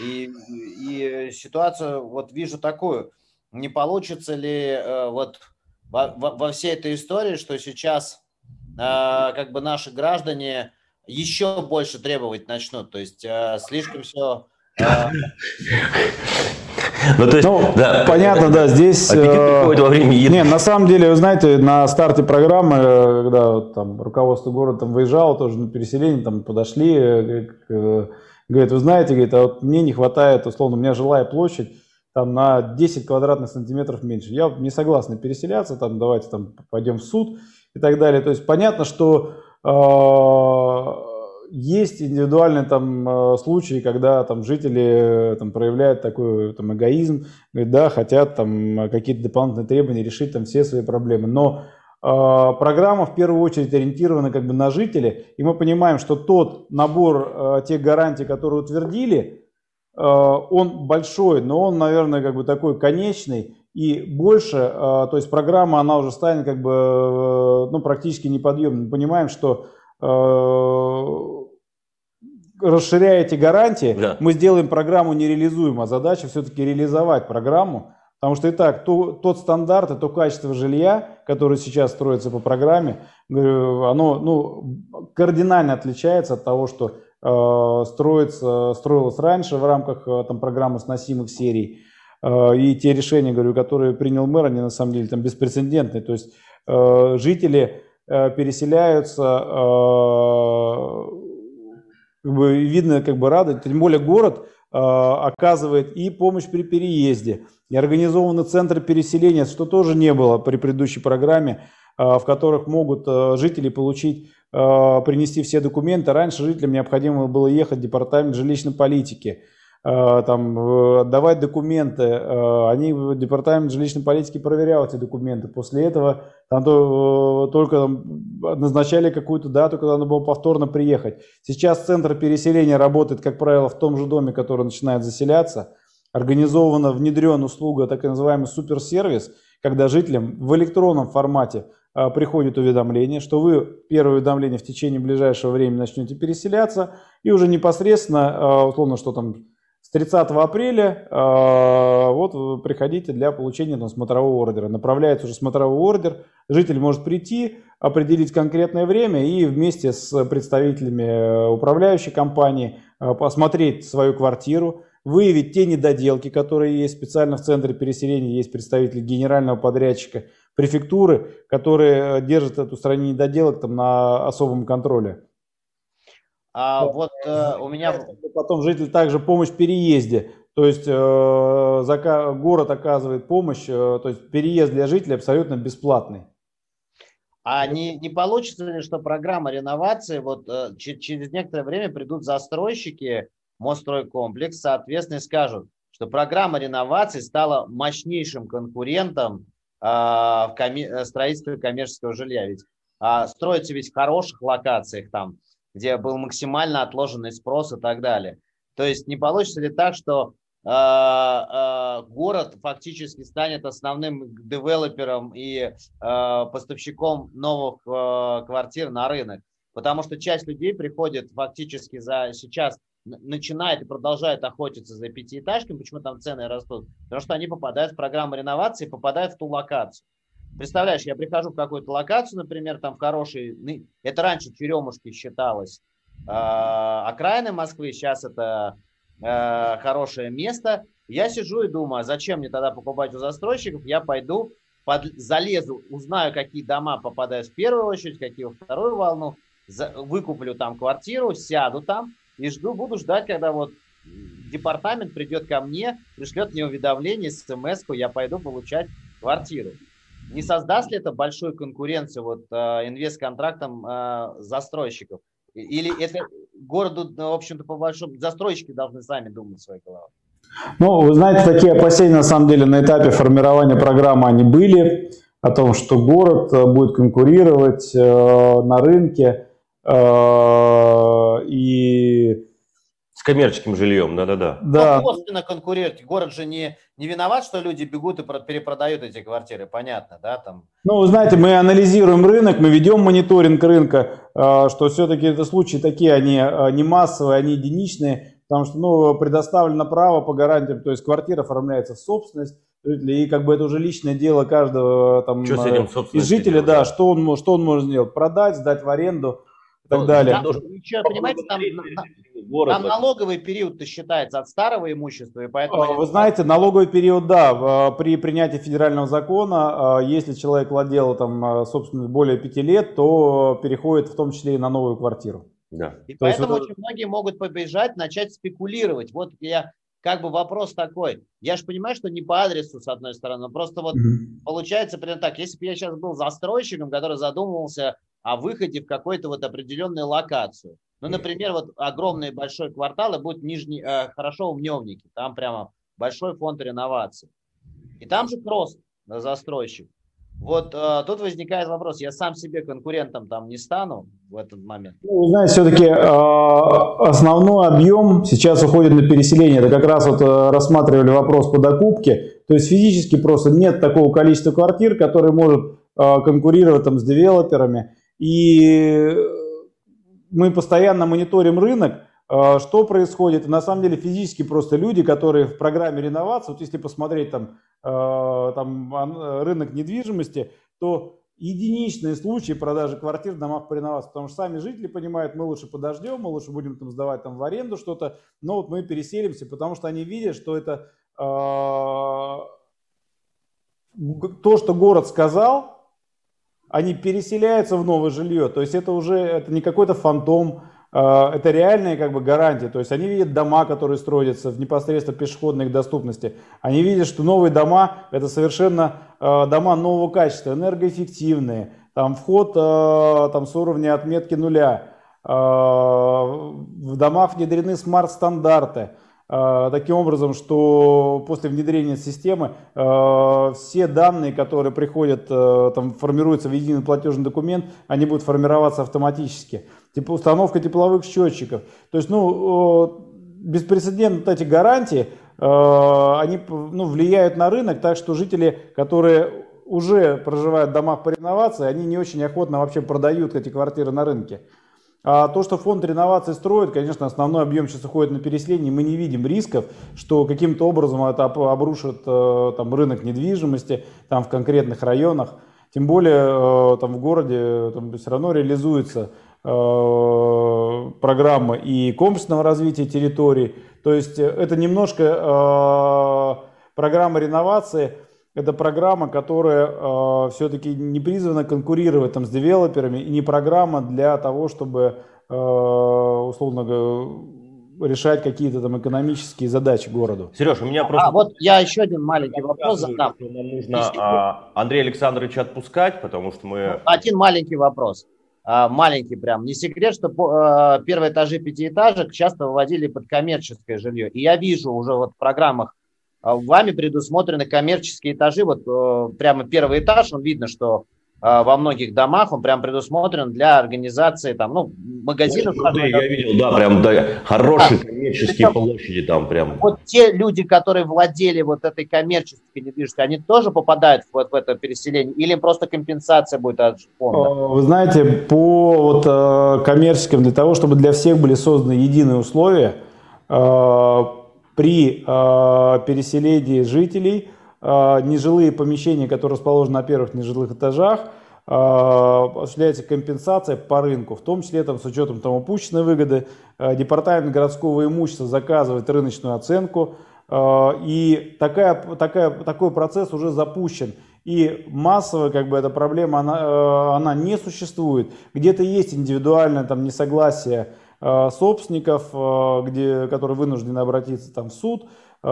и ситуацию вот вижу такую. Не получится ли вот во всей этой истории, что сейчас как бы наши граждане еще больше требовать начнут, то есть слишком все... да. Понятно, да, здесь... во время еды. Не, на самом деле, вы знаете, на старте программы, когда там руководство города там выезжало тоже на переселение, там подошли, говорит, вы знаете, говорит, а вот мне не хватает, условно, у меня жилая площадь там на 10 квадратных сантиметров меньше. Я не согласен переселяться, там давайте там пойдем в суд и так далее. То есть понятно, что есть индивидуальные там случаи, когда там жители там проявляют такой там эгоизм, говорят, да, хотят там какие-то дополнительные требования решить там все свои проблемы. Но программа в первую очередь ориентирована как бы на жителей, и мы понимаем, что тот набор тех гарантий, которые утвердили, он большой, но он, наверное, как бы такой конечный и больше, то есть программа, она уже станет как бы, ну, практически неподъемной. Мы понимаем, что расширяя эти гарантии, да, мы сделаем программу нереализуемой, а задача все-таки реализовать программу, потому что и так тот стандарт и то качество жилья, которое сейчас строится по программе, оно кардинально отличается от того, что строилось раньше в рамках там, программы сносимых серий. И те решения, говорю, которые принял мэр, они на самом деле там беспрецедентные. То есть жители переселяются, как бы, видно, как бы рады. Тем более город оказывает и помощь при переезде, и организованы центры переселения, что тоже не было при предыдущей программе, в которых могут жители получить, принести все документы. Раньше жителям необходимо было ехать в департамент жилищной политики, там, отдавать документы. Они в департамент жилищной политики проверял эти документы. После этого там только там, назначали какую-то дату, когда надо было повторно приехать. Сейчас центр переселения работает, как правило, в том же доме, который начинает заселяться. Организована, внедрена услуга, так называемый суперсервис, когда жителям в электронном формате приходит уведомление, что вы первое уведомление в течение ближайшего времени начнете переселяться, и уже непосредственно, условно, что там с 30 апреля вот вы приходите для получения там, смотрового ордера. Направляется уже смотровой ордер, житель может прийти, определить конкретное время и вместе с представителями управляющей компании посмотреть свою квартиру, выявить те недоделки, которые есть. Специально в центре переселения есть представители генерального подрядчика, префектуры, которые держат эту устранение недоделок там на особом контроле. Вот у меня... Потом житель также помощь в переезде. То есть город оказывает помощь, то есть переезд для жителей абсолютно бесплатный. А не получится ли, что программа реновации, вот через некоторое время придут застройщики, Мосстройкомплекс, соответственно, скажут, что программа реновации стала мощнейшим конкурентом в строительстве коммерческого жилья. Ведь строится ведь в хороших локациях там, где был максимально отложенный спрос и так далее. То есть не получится ли так, что город фактически станет основным девелопером и поставщиком новых квартир на рынок? Потому что часть людей приходит фактически сейчас, начинает и продолжает охотиться за пятиэтажками, почему там цены растут? Потому что они попадают в программу реновации, попадают в ту локацию. Представляешь, я прихожу в какую-то локацию, например, там в хороший, это раньше Черемушки считалось окраины Москвы, сейчас это хорошее место. Я сижу и думаю, зачем мне тогда покупать у застройщиков? Я пойду, залезу, узнаю, какие дома попадают в первую очередь, какие во вторую волну, выкуплю там квартиру, сяду там и буду ждать, когда вот департамент придет ко мне, пришлет мне уведомление, смс-ку, я пойду получать квартиру. Не создаст ли это большую конкуренцию вот инвестконтрактам застройщиков? Или это городу, в общем-то, по большому, застройщики должны сами думать своей головой? Ну, вы знаете, такие опасения, на самом деле, на этапе формирования программы они были, о том, что город будет конкурировать на рынке и... С коммерческим жильем, да-да-да. Да. Ну, косвенно конкурирует. Город же не виноват, что люди бегут и перепродают эти квартиры, понятно, да? Там... Ну, вы знаете, мы анализируем рынок, мы ведем мониторинг рынка, что все-таки это случаи такие, они не массовые, они единичные, потому что предоставлено право по гарантиям, то есть квартира оформляется в собственность, и как бы это уже личное дело каждого там, из жителей, да, что он может сделать, продать, сдать в аренду и так далее. Понимаете, там налоговый период считается от старого имущества, и поэтому... Вы знаете, налоговый период, да, при принятии федерального закона, если человек владел там, собственно, более 5 лет, то переходит в том числе и на новую квартиру. Да. И поэтому очень многие могут побежать, начать спекулировать. Вот я как бы вопрос такой. Я же понимаю, что не по адресу, с одной стороны, но просто вот получается примерно так. Если бы я сейчас был застройщиком, который задумывался о выходе в какую-то вот определенную локацию. Ну, например, вот огромный большой квартал, и будет хорошо в Мневнике. Там прямо большой фонд реновации. И там же просто застройщик. Вот тут возникает вопрос, я сам себе конкурентом там не стану в этот момент? Ну, вы знаете, все-таки основной объем сейчас уходит на переселение. Это как раз вот рассматривали вопрос по докупке. То есть физически просто нет такого количества квартир, которые может конкурировать там с девелоперами. И мы постоянно мониторим рынок, что происходит. И на самом деле физически просто люди, которые в программе реновации, вот если посмотреть там рынок недвижимости, то единичные случаи продажи квартир в домах по реновации, потому что сами жители понимают, мы лучше подождем, мы лучше будем там сдавать там в аренду что-то, но вот мы переселимся, потому что они видят, что это то, что город сказал, они переселяются в новое жилье, то есть это не какой-то фантом, это реальные как бы гарантии, то есть они видят дома, которые строятся в непосредственно пешеходной их доступности, они видят, что новые дома это совершенно дома нового качества, энергоэффективные, там вход там с уровня отметки 0, в домах внедрены смарт-стандарты. Таким образом, что после внедрения системы все данные, которые приходят, там, формируются в единый платежный документ, они будут формироваться автоматически. Типа установка тепловых счетчиков. То есть, беспрецедентно эти гарантии, они влияют на рынок, так что жители, которые уже проживают в домах по реновации, они не очень охотно вообще продают эти квартиры на рынке. А то, что фонд реновации строит, конечно, основной объем сейчас уходит на переселение, мы не видим рисков, что каким-то образом это обрушит там, рынок недвижимости там, в конкретных районах. Тем более там, в городе там, все равно реализуется программа и комплексного развития территорий, То есть это немножко программа реновации, это программа, которая все-таки не призвана конкурировать там с девелоперами и не программа для того, чтобы условно говоря, решать какие-то там экономические задачи городу. Сереж, у меня просто... вот я еще один маленький вопрос задам. Нам нужно Андрея Александровича отпускать, потому что мы... Один маленький вопрос. Маленький прям. Не секрет, что первые этажи пятиэтажек часто выводили под коммерческое жилье. И я вижу уже вот в программах вами предусмотрены коммерческие этажи. Вот прямо первый этаж, он видно, что во многих домах он прям предусмотрен для организации там, ну, магазинов. Я видел, да, прям да, хорошие коммерческие площади там прям. Вот те люди, которые владели вот этой коммерческой недвижимостью, они тоже попадают в это переселение или им просто компенсация будет от фонда? Вы знаете, по вот коммерческим, для того, чтобы для всех были созданы единые условия, при переселении жителей нежилые помещения, которые расположены на первых нежилых этажах, осуществляется компенсация по рынку, в том числе там, с учетом там, упущенной выгоды. Департамент городского имущества заказывает рыночную оценку, и такой процесс уже запущен. И массово как бы, эта проблема она не существует. Где-то есть индивидуальное там, несогласие собственников, которые вынуждены обратиться там, в суд,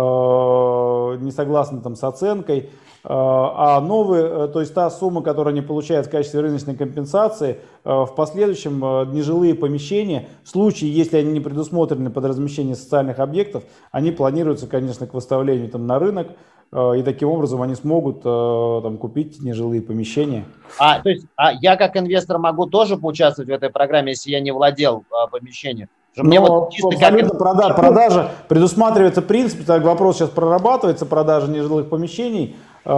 не согласны там, с оценкой, а новые, то есть та сумма, которую они получают в качестве рыночной компенсации, в последующем нежилые помещения, в случае, если они не предусмотрены под размещение социальных объектов, они планируются, конечно, к выставлению там, на рынок, и таким образом они смогут там, купить нежилые помещения. То есть я как инвестор могу тоже поучаствовать в этой программе, если я не владел помещением? Мне вот абсолютно продажа предусматривается принцип, так вопрос сейчас прорабатывается, продажа нежилых помещений,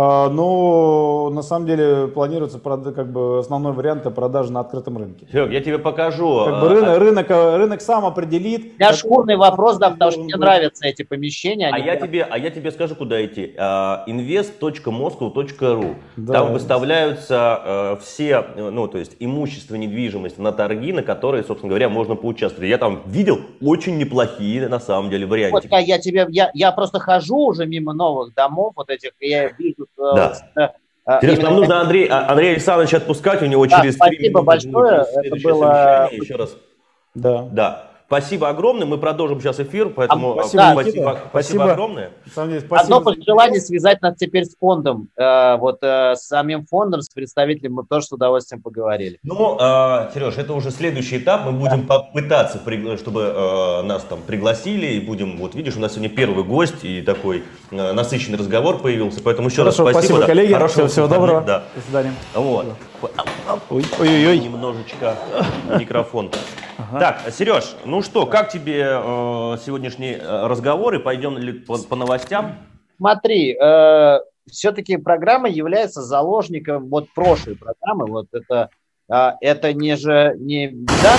но на самом деле планируется как бы основной вариант продажи на открытом рынке. Серег, я тебе покажу. Как бы рынок сам определит. Я шкурный вопрос, да, потому что мне нравятся эти помещения. Я тебе скажу, куда идти. invest.moscow.ru. Да. Там выставляются все, ну то есть имущество, недвижимость на торги, на которые, собственно говоря, можно поучаствовать. Я там видел очень неплохие на самом деле варианты. Вот я просто хожу уже мимо новых домов, вот этих, я вижу. Да. Сереж, нам нужно Андрея Александровича отпускать, у него через 3 минуты. Спасибо большое. Это было... Еще раз. Да. Спасибо огромное. Мы продолжим сейчас эфир, поэтому спасибо огромное. Одно пожелание связать нас теперь с фондом. С самим фондом, с представителем мы тоже с удовольствием поговорили. Ну, Сереж, это уже следующий этап. Мы будем попытаться, чтобы нас там пригласили. И будем, вот видишь, у нас сегодня первый гость и такой насыщенный разговор появился. Поэтому еще раз спасибо. Коллеги. Всего доброго. Да. До свидания. Вот. Ой-ой-ой. Немножечко микрофон. Ага. Так, Сереж, ну что, как тебе сегодняшний разговор и пойдем ли по новостям? Смотри, все-таки программа является заложником вот прошлой программы. Вот это не да?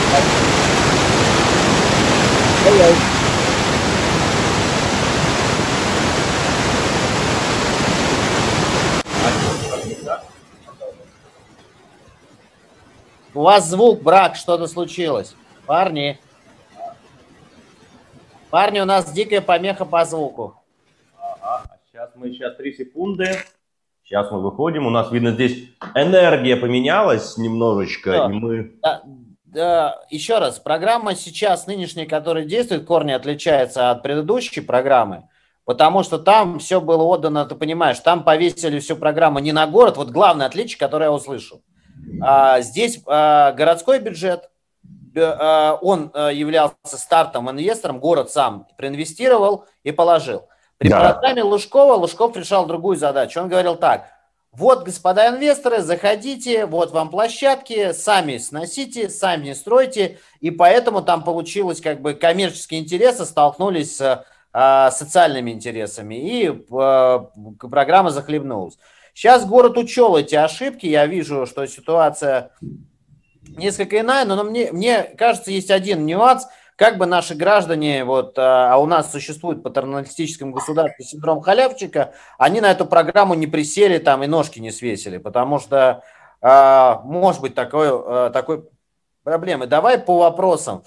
У вас звук, брак, что-то случилось. Парни, у нас дикая помеха по звуку. Ага, сейчас 3 секунды. Сейчас мы выходим. У нас, видно, здесь энергия поменялась немножечко. Да. И мы... Да, еще раз, программа сейчас, нынешняя, которая действует, корни отличается от предыдущей программы. Потому что там все было отдано, ты понимаешь, там повесили всю программу не на город. Вот главное отличие, которое я услышал. Здесь городской бюджет, он являлся стартовым инвестором, город сам проинвестировал и положил. При программе Лужков решал другую задачу. Он говорил так: вот, господа инвесторы, заходите, вот вам площадки, сами сносите, сами стройте. И поэтому там получилось как бы коммерческие интересы столкнулись с социальными интересами, и программа захлебнулась. Сейчас город учел эти ошибки, я вижу, что ситуация несколько иная, но мне кажется, есть один нюанс, как бы наши граждане, а у нас существует в патерналистическом государстве синдром халявчика, они на эту программу не присели там и ножки не свесили, потому что может быть такой проблемы. Давай по вопросам.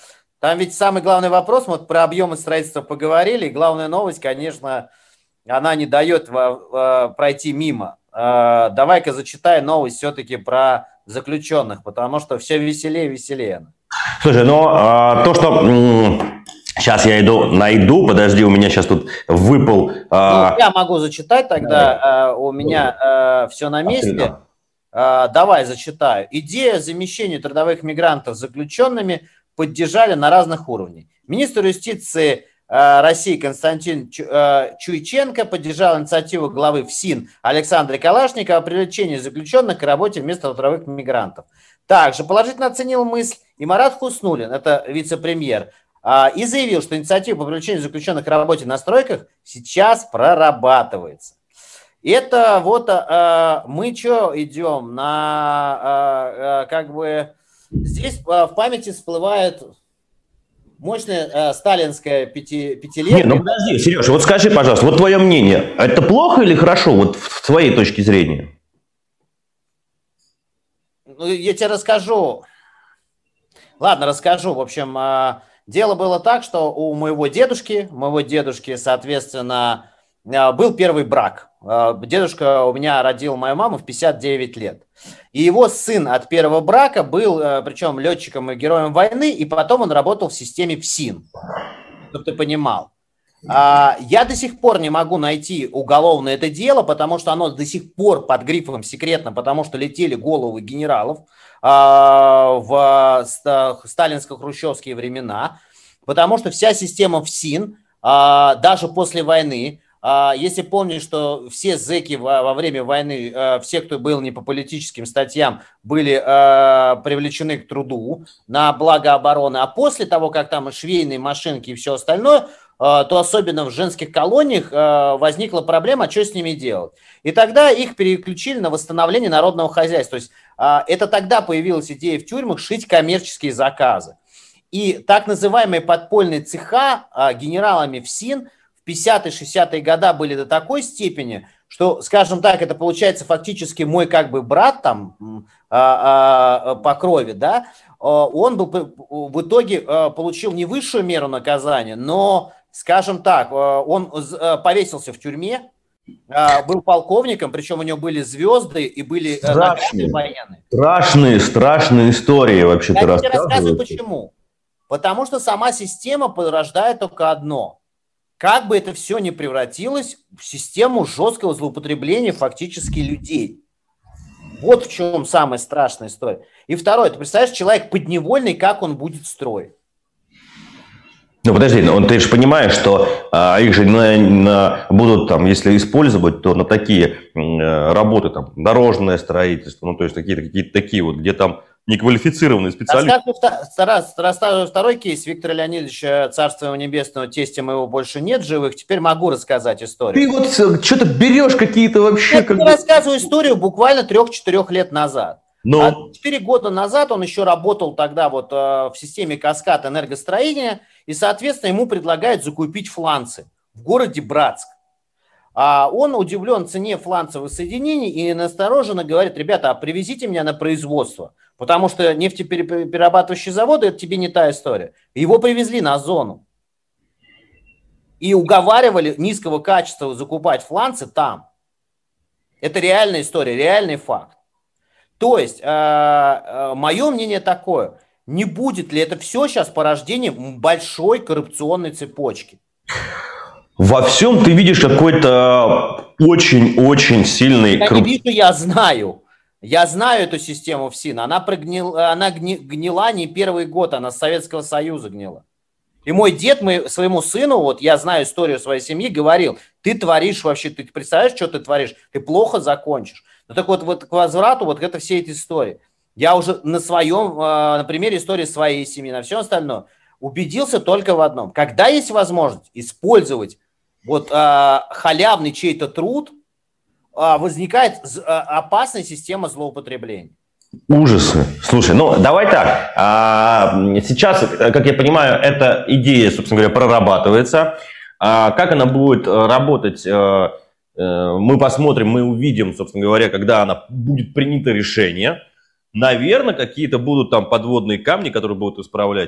Там ведь самый главный вопрос, мы вот про объемы строительства поговорили, и главная новость, конечно, она не дает пройти мимо. Давай-ка зачитай новость все-таки про заключенных, потому что все веселее и веселее. Слушай, то, что... Сейчас я найду, подожди, у меня сейчас тут выпал... я могу зачитать тогда, у меня все на месте. Давай зачитаю. Идея замещения трудовых мигрантов заключенными поддержали на разных уровнях. Министр юстиции России Константин Чуйченко поддержал инициативу главы ФСИН Александра Калашникова о привлечении заключенных к работе вместо трудовых мигрантов. Также положительно оценил мысль и Марат Хуснуллин, это вице-премьер, и заявил, что инициатива по привлечению заключенных к работе на стройках сейчас прорабатывается. Это вот мы что идем на здесь в памяти всплывает мощная сталинская пятилетка. Нет, подожди, Сереж, вот скажи, пожалуйста, вот твое мнение, это плохо или хорошо, вот с твоей точки зрения? Ну, я тебе расскажу. Ладно, расскажу. В общем, дело было так, что у моего дедушки, соответственно, был первый брак. Дедушка у меня родил мою маму в 59 лет. И его сын от первого брака был, причем летчиком и героем войны, и потом он работал в системе ФСИН, чтобы ты понимал. Я до сих пор не могу найти уголовное это дело, потому что оно до сих пор под грифом секретно, потому что летели головы генералов в сталинско-хрущевские времена, потому что вся система ФСИН, даже после войны, если помнишь, что все зэки во время войны, все, кто был не по политическим статьям, были привлечены к труду на благо обороны, а после того, как там и швейные машинки и все остальное, то особенно в женских колониях возникла проблема, что с ними делать. И тогда их переключили на восстановление народного хозяйства. То есть это тогда появилась идея в тюрьмах шить коммерческие заказы. И так называемые подпольные цеха генералами ФСИН в 50-60-е годы были до такой степени, что, скажем так, это получается фактически мой как бы брат там по крови, да, он был, в итоге получил не высшую меру наказания, но, скажем так, он повесился в тюрьме, был полковником, причем у него были звезды и были награды военные. Страшные истории вообще ты рассказываешь. Я тебе рассказываю почему. Потому что сама система порождает только одно. Как бы это все не превратилось в систему жесткого злоупотребления фактически людей. Вот в чем самая страшная история. И второе, ты представляешь, человек подневольный, как он будет строить? Ну подожди, ты же понимаешь, что их же будут там, если использовать, то на такие работы, там, дорожное строительство, ну то есть какие-то такие вот, где там неквалифицированные специалисты. Расскажу второй кейс. Виктора Леонидовича, царства его небесного, тестя моего больше нет живых. Теперь могу рассказать историю. Ты вот что-то берешь какие-то вообще... Я тебе рассказываю историю буквально 3-4 лет назад. Но... 4 года назад он еще работал тогда вот в системе «Каскад» энергостроения, и, соответственно, ему предлагают закупить фланцы в городе Братск. Он удивлен цене фланцевых соединений и настороженно говорит: ребята, а привезите меня на производство, потому что нефтеперерабатывающие заводы – это тебе не та история. Его привезли на зону и уговаривали низкого качества закупать фланцы там. Это реальная история, реальный факт. То есть, мое мнение такое, не будет ли это все сейчас порождением большой коррупционной цепочки? Во всем ты видишь какой-то очень-очень сильный... Я не вижу, я знаю. Я знаю эту систему ФСИН. Она гнила не первый год, она с Советского Союза гнила. И мой дед своему сыну, вот я знаю историю своей семьи, говорил: ты творишь вообще, ты представляешь, что ты творишь? Ты плохо закончишь. Ну так вот к возврату вот это все эти истории. Я уже на примере истории своей семьи, на все остальное, убедился только в одном. Когда есть возможность использовать вот халявный чей-то труд, возникает опасная система злоупотребления. Ужасы. Слушай, ну давай так. Сейчас, как я понимаю, эта идея, собственно говоря, прорабатывается. Как она будет работать, мы посмотрим, мы увидим, собственно говоря, когда она будет принято решение. Наверное, какие-то будут там подводные камни, которые будут исправлять.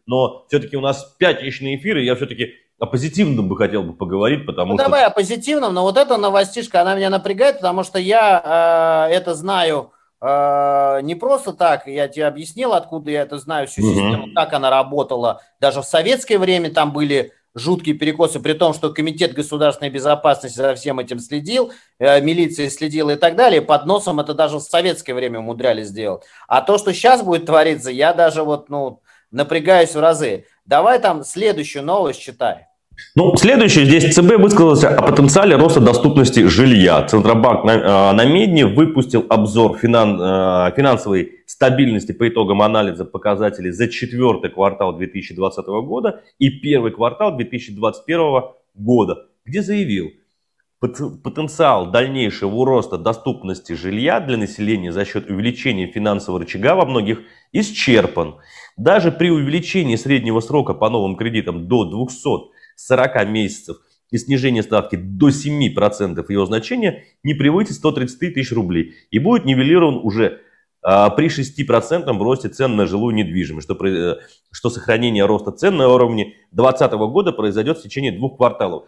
но все-таки у нас пятничные эфиры, я все-таки о позитивном бы хотел бы поговорить, потому что... Давай о позитивном, но вот эта новостишка, она меня напрягает, потому что я это знаю не просто так, я тебе объяснил, откуда я это знаю, всю систему, как она работала. Даже в советское время там были жуткие перекосы, при том, что Комитет государственной безопасности за всем этим следил, милиция следила и так далее. Под носом это даже в советское время умудрялись сделать. А то, что сейчас будет твориться, я даже напрягаюсь в разы. Давай там следующую новость читай. Следующее. Здесь ЦБ высказался о потенциале роста доступности жилья. Центробанк на Медне выпустил обзор финансовой стабильности по итогам анализа показателей за 4-й квартал 2020 года и 1-й квартал 2021 года, где заявил, потенциал дальнейшего роста доступности жилья для населения за счет увеличения финансового рычага во многих исчерпан. Даже при увеличении среднего срока по новым кредитам до 240 месяцев и снижение ставки до 7% его значения не превысит 130 тысяч рублей и будет нивелирован уже при 6% росте цен на жилую недвижимость, что сохранение роста цен на уровне 2020 года произойдет в течение 2 кварталов.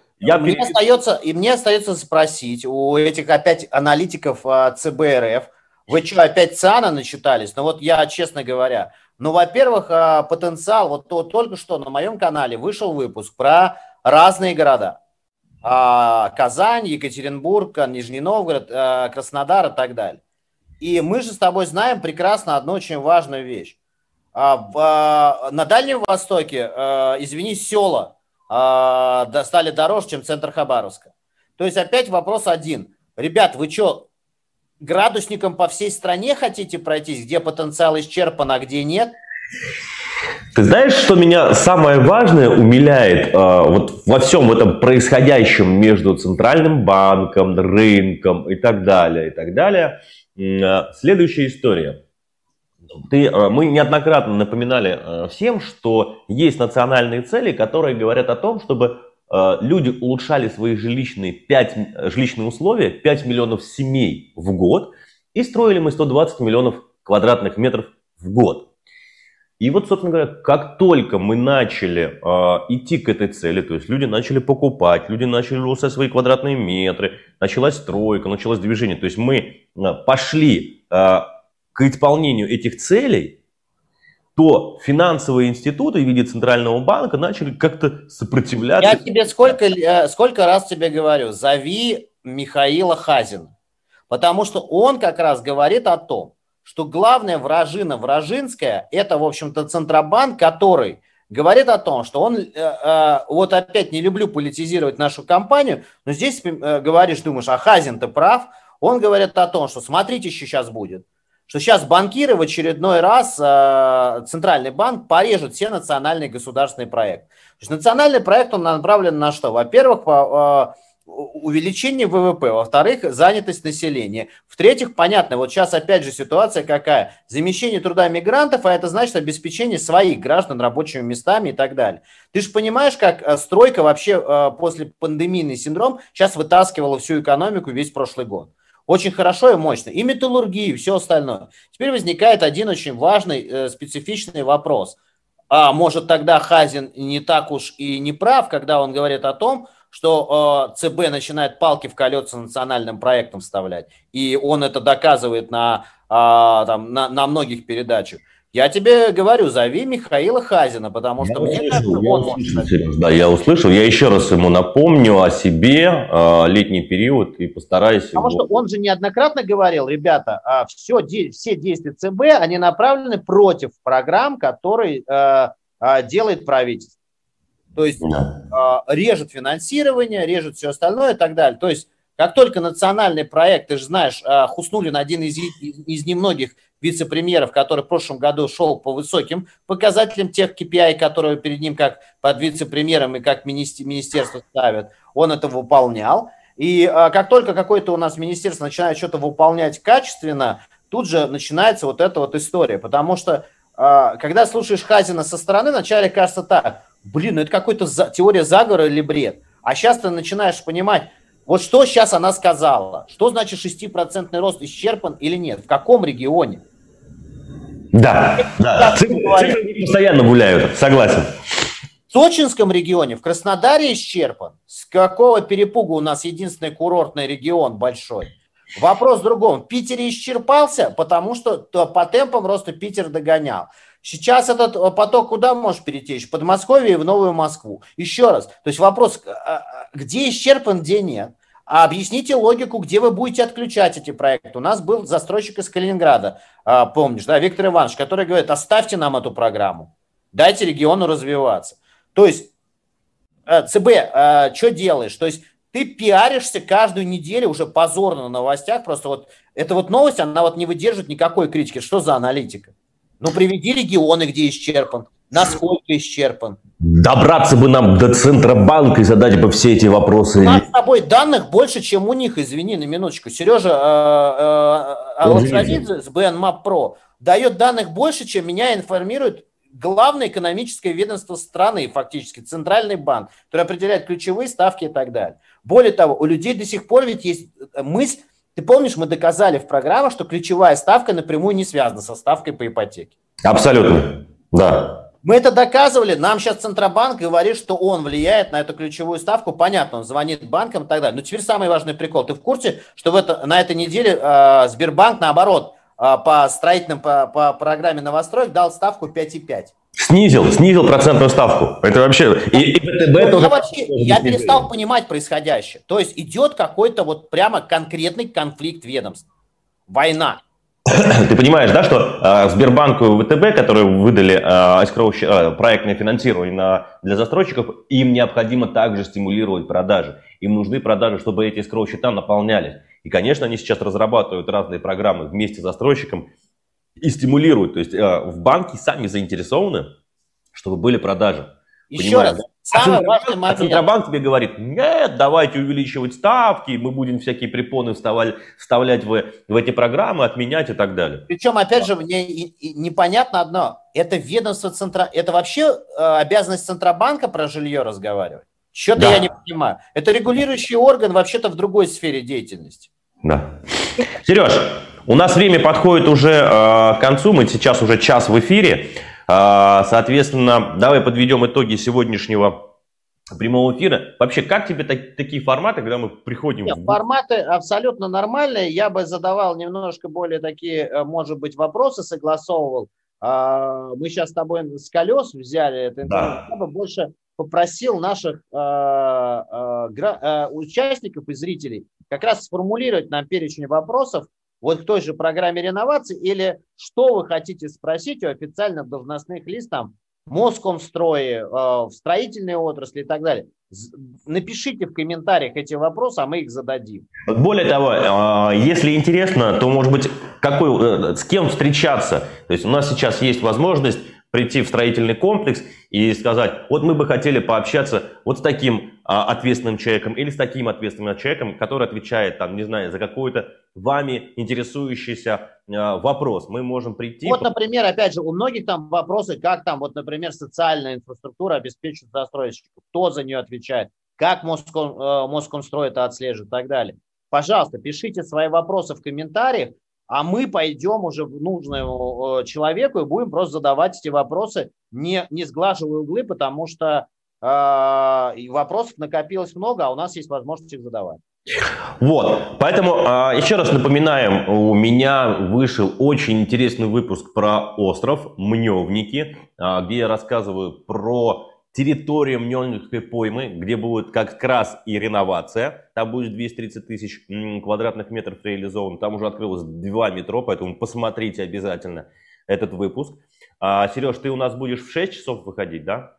Мне остается спросить у этих опять аналитиков ЦБ РФ, вы что, опять ЦИАНа начитались? Я, честно говоря, во-первых, потенциал, только что на моем канале вышел выпуск про разные города. Казань, Екатеринбург, Нижний Новгород, Краснодар и так далее. И мы же с тобой знаем прекрасно одну очень важную вещь. На Дальнем Востоке, села стали дороже, чем центр Хабаровска. То есть опять вопрос один. Ребят, вы что, градусником по всей стране хотите пройтись, где потенциал исчерпан, а где нет? Ты знаешь, что меня самое важное умиляет во всем этом происходящем между Центральным банком, рынком и так далее, следующая история. Мы неоднократно напоминали всем, что есть национальные цели, которые говорят о том, чтобы люди улучшали свои жилищные условия, 5 миллионов семей в год, и строили мы 120 миллионов квадратных метров в год. И собственно говоря, как только мы начали идти к этой цели, то есть люди начали покупать, люди начали улучшать свои квадратные метры, началась стройка, началось движение, то есть мы пошли к исполнению этих целей, то финансовые институты в виде Центрального банка начали как-то сопротивляться. Я тебе сколько раз тебе говорю, зови Михаила Хазина, потому что он как раз говорит о том, что главная вражина вражинская, это, в общем-то, Центробанк, который говорит о том, что он, опять не люблю политизировать нашу компанию, но здесь думаешь, а Хазин-то прав, он говорит о том, что смотрите, что сейчас будет, что сейчас банкиры в очередной раз, Центральный банк порежет все национальные государственные проекты. То есть национальный проект, он направлен на что? Во-первых, увеличение ВВП, во-вторых, занятость населения, в-третьих, понятно, сейчас опять же ситуация какая? Замещение труда мигрантов, а это значит обеспечение своих граждан рабочими местами и так далее. Ты же понимаешь, как стройка вообще после пандемийный синдром сейчас вытаскивала всю экономику весь прошлый год. Очень хорошо и мощно. И металлургию, и все остальное. Теперь возникает один очень важный, специфичный вопрос. А может тогда Хазин не так уж и не прав, когда он говорит о том, что ЦБ начинает палки в колеса национальным проектам вставлять. И он это доказывает на многих передачах. Я тебе говорю, зови Михаила Хазина, потому что мне кажется, он может. Да, я услышал. Я еще раз ему напомню о себе, летний период, и постараюсь... Потому что он же неоднократно говорил, ребята, все действия ЦБ, они направлены против программ, которые делает правительство. То есть режет финансирование, режет все остальное и так далее. То есть как только национальный проект, ты же знаешь, Хуснуллин один из немногих вице-премьеров, который в прошлом году шел по высоким показателям тех KPI, которые перед ним как под вице-премьером и как министерство ставят, он это выполнял. И как только какое-то у нас министерство начинает что-то выполнять качественно, тут же начинается вот эта вот история. Потому что когда слушаешь Хазина со стороны, вначале кажется так, ну это какой-то теория заговора или бред. А сейчас ты начинаешь понимать, вот что сейчас она сказала, что значит 6% рост исчерпан или нет, в каком регионе. Да. Цифры постоянно гуляют, согласен. В Сочинском регионе, в Краснодаре исчерпан. С какого перепугу у нас единственный курортный регион большой? Вопрос в другом. В Питере исчерпался, потому что по темпам роста Питер догонял. Сейчас этот поток куда может перетечь? В Подмосковье и в Новую Москву. Еще раз. То есть вопрос, где исчерпан, где нет. А объясните логику, где вы будете отключать эти проекты. У нас был застройщик из Калининграда, помнишь, да, Виктор Иванович, который говорит, оставьте нам эту программу, дайте региону развиваться. То есть, ЦБ, что делаешь? То есть, ты пиаришься каждую неделю уже позорно на новостях. Просто вот эта вот новость, она вот не выдержит никакой критики. Что за аналитика? Ну, приведи регионы, где исчерпан. Насколько исчерпан. Добраться бы нам до Центробанка и задать бы все эти вопросы. У нас с тобой данных больше, чем у них, извини, на минуточку. Сережа Алексанидзе с BNMap Pro дает данных больше, чем меня информирует главное экономическое ведомство страны, фактически, Центральный банк, который определяет ключевые ставки и так далее. Более того, у людей до сих пор ведь есть мысль, ты помнишь, мы доказали в программах, что ключевая ставка напрямую не связана со ставкой по ипотеке. Абсолютно, да. Мы это доказывали, нам сейчас Центробанк говорит, что он влияет на эту ключевую ставку, понятно, он звонит банкам и так далее. Но теперь самый важный прикол, ты в курсе, что на этой неделе Сбербанк, наоборот, по строительным, по программе новостроек дал ставку 5,5. Снизил процентную ставку. Это вообще... Я перестал понимать происходящее. То есть идет какой-то вот прямо конкретный конфликт ведомств. Война. Ты понимаешь, да, что Сбербанку и ВТБ, которые выдали проектное финансирование для застройщиков, им необходимо также стимулировать продажи. Им нужны продажи, чтобы эти эскроу-счета наполнялись. И, конечно, они сейчас разрабатывают разные программы вместе с застройщиком и стимулируют. То есть в банке сами заинтересованы, чтобы были продажи. Еще раз, самый важный момент. Центробанк тебе говорит, нет, давайте увеличивать ставки, мы будем всякие препоны вставлять в эти программы, отменять и так далее. Причем, опять же, мне непонятно одно, это ведомство это вообще обязанность Центробанка про жилье разговаривать? Что-то я не понимаю. Это регулирующий орган вообще-то в другой сфере деятельности. Да. Сереж, у нас время подходит уже к концу, мы сейчас уже час в эфире. Соответственно, давай подведем итоги сегодняшнего прямого эфира. Вообще, как тебе такие форматы, когда мы приходим? Нет, форматы абсолютно нормальные. Я бы задавал немножко более такие, может быть, вопросы, согласовывал. Мы сейчас с тобой с колес взяли это интервью. Я бы больше попросил наших участников и зрителей как раз сформулировать нам перечень вопросов, вот к той же программе реновации, или что вы хотите спросить у официальных должностных лиц, там, Москомстрое, в строительной отрасли и так далее. Напишите в комментариях эти вопросы, а мы их зададим. Более того, если интересно, то, может быть, с кем встречаться. То есть у нас сейчас есть возможность прийти в строительный комплекс и сказать, вот мы бы хотели пообщаться вот с таким ответственным человеком или с таким ответственным человеком, который отвечает, там, не знаю, за какой-то вами интересующийся вопрос. Мы можем прийти... Вот, например, опять же, у многих там вопросы, как там, вот, например, социальная инфраструктура обеспечивает застройщиков, кто за нее отвечает, как Москомстрой это отслеживает и так далее. Пожалуйста, пишите свои вопросы в комментариях, а мы пойдем уже в нужному человеку и будем просто задавать эти вопросы, не сглаживая углы, потому что вопросов накопилось много, а у нас есть возможность их задавать. Вот, поэтому еще раз напоминаем, у меня вышел очень интересный выпуск про остров Мневники, где я рассказываю про территорию Мневникской поймы, где будет как раз и реновация. Там будет 230 тысяч квадратных метров реализовано. Там уже открылось 2 метро, поэтому посмотрите обязательно этот выпуск. Сереж, ты у нас будешь в 6 часов выходить, да?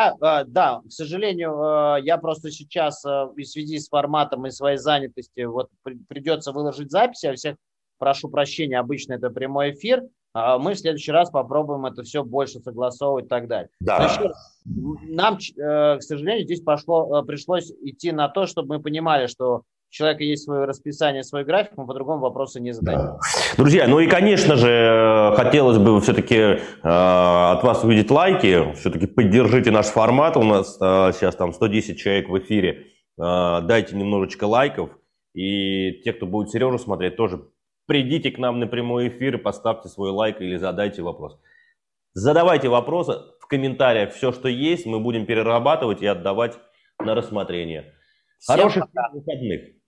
Да, к сожалению, я просто сейчас в связи с форматом и своей занятости вот придется выложить запись. Я всех прошу прощения, обычно это прямой эфир. Мы в следующий раз попробуем это все больше согласовывать и так далее. Да. Значит, нам, к сожалению, здесь пришлось идти на то, чтобы мы понимали, что у человека есть свое расписание, свой график, мы по-другому вопросы не задаем. Да. Друзья, ну и, конечно же, хотелось бы все-таки от вас увидеть лайки, все-таки поддержите наш формат, у нас сейчас там 110 человек в эфире, дайте немножечко лайков, и те, кто будет Сережу смотреть, тоже придите к нам на прямой эфир и поставьте свой лайк или задайте вопрос. Задавайте вопросы в комментариях, все, что есть, мы будем перерабатывать и отдавать на рассмотрение. Всем Хороших пока. выходных.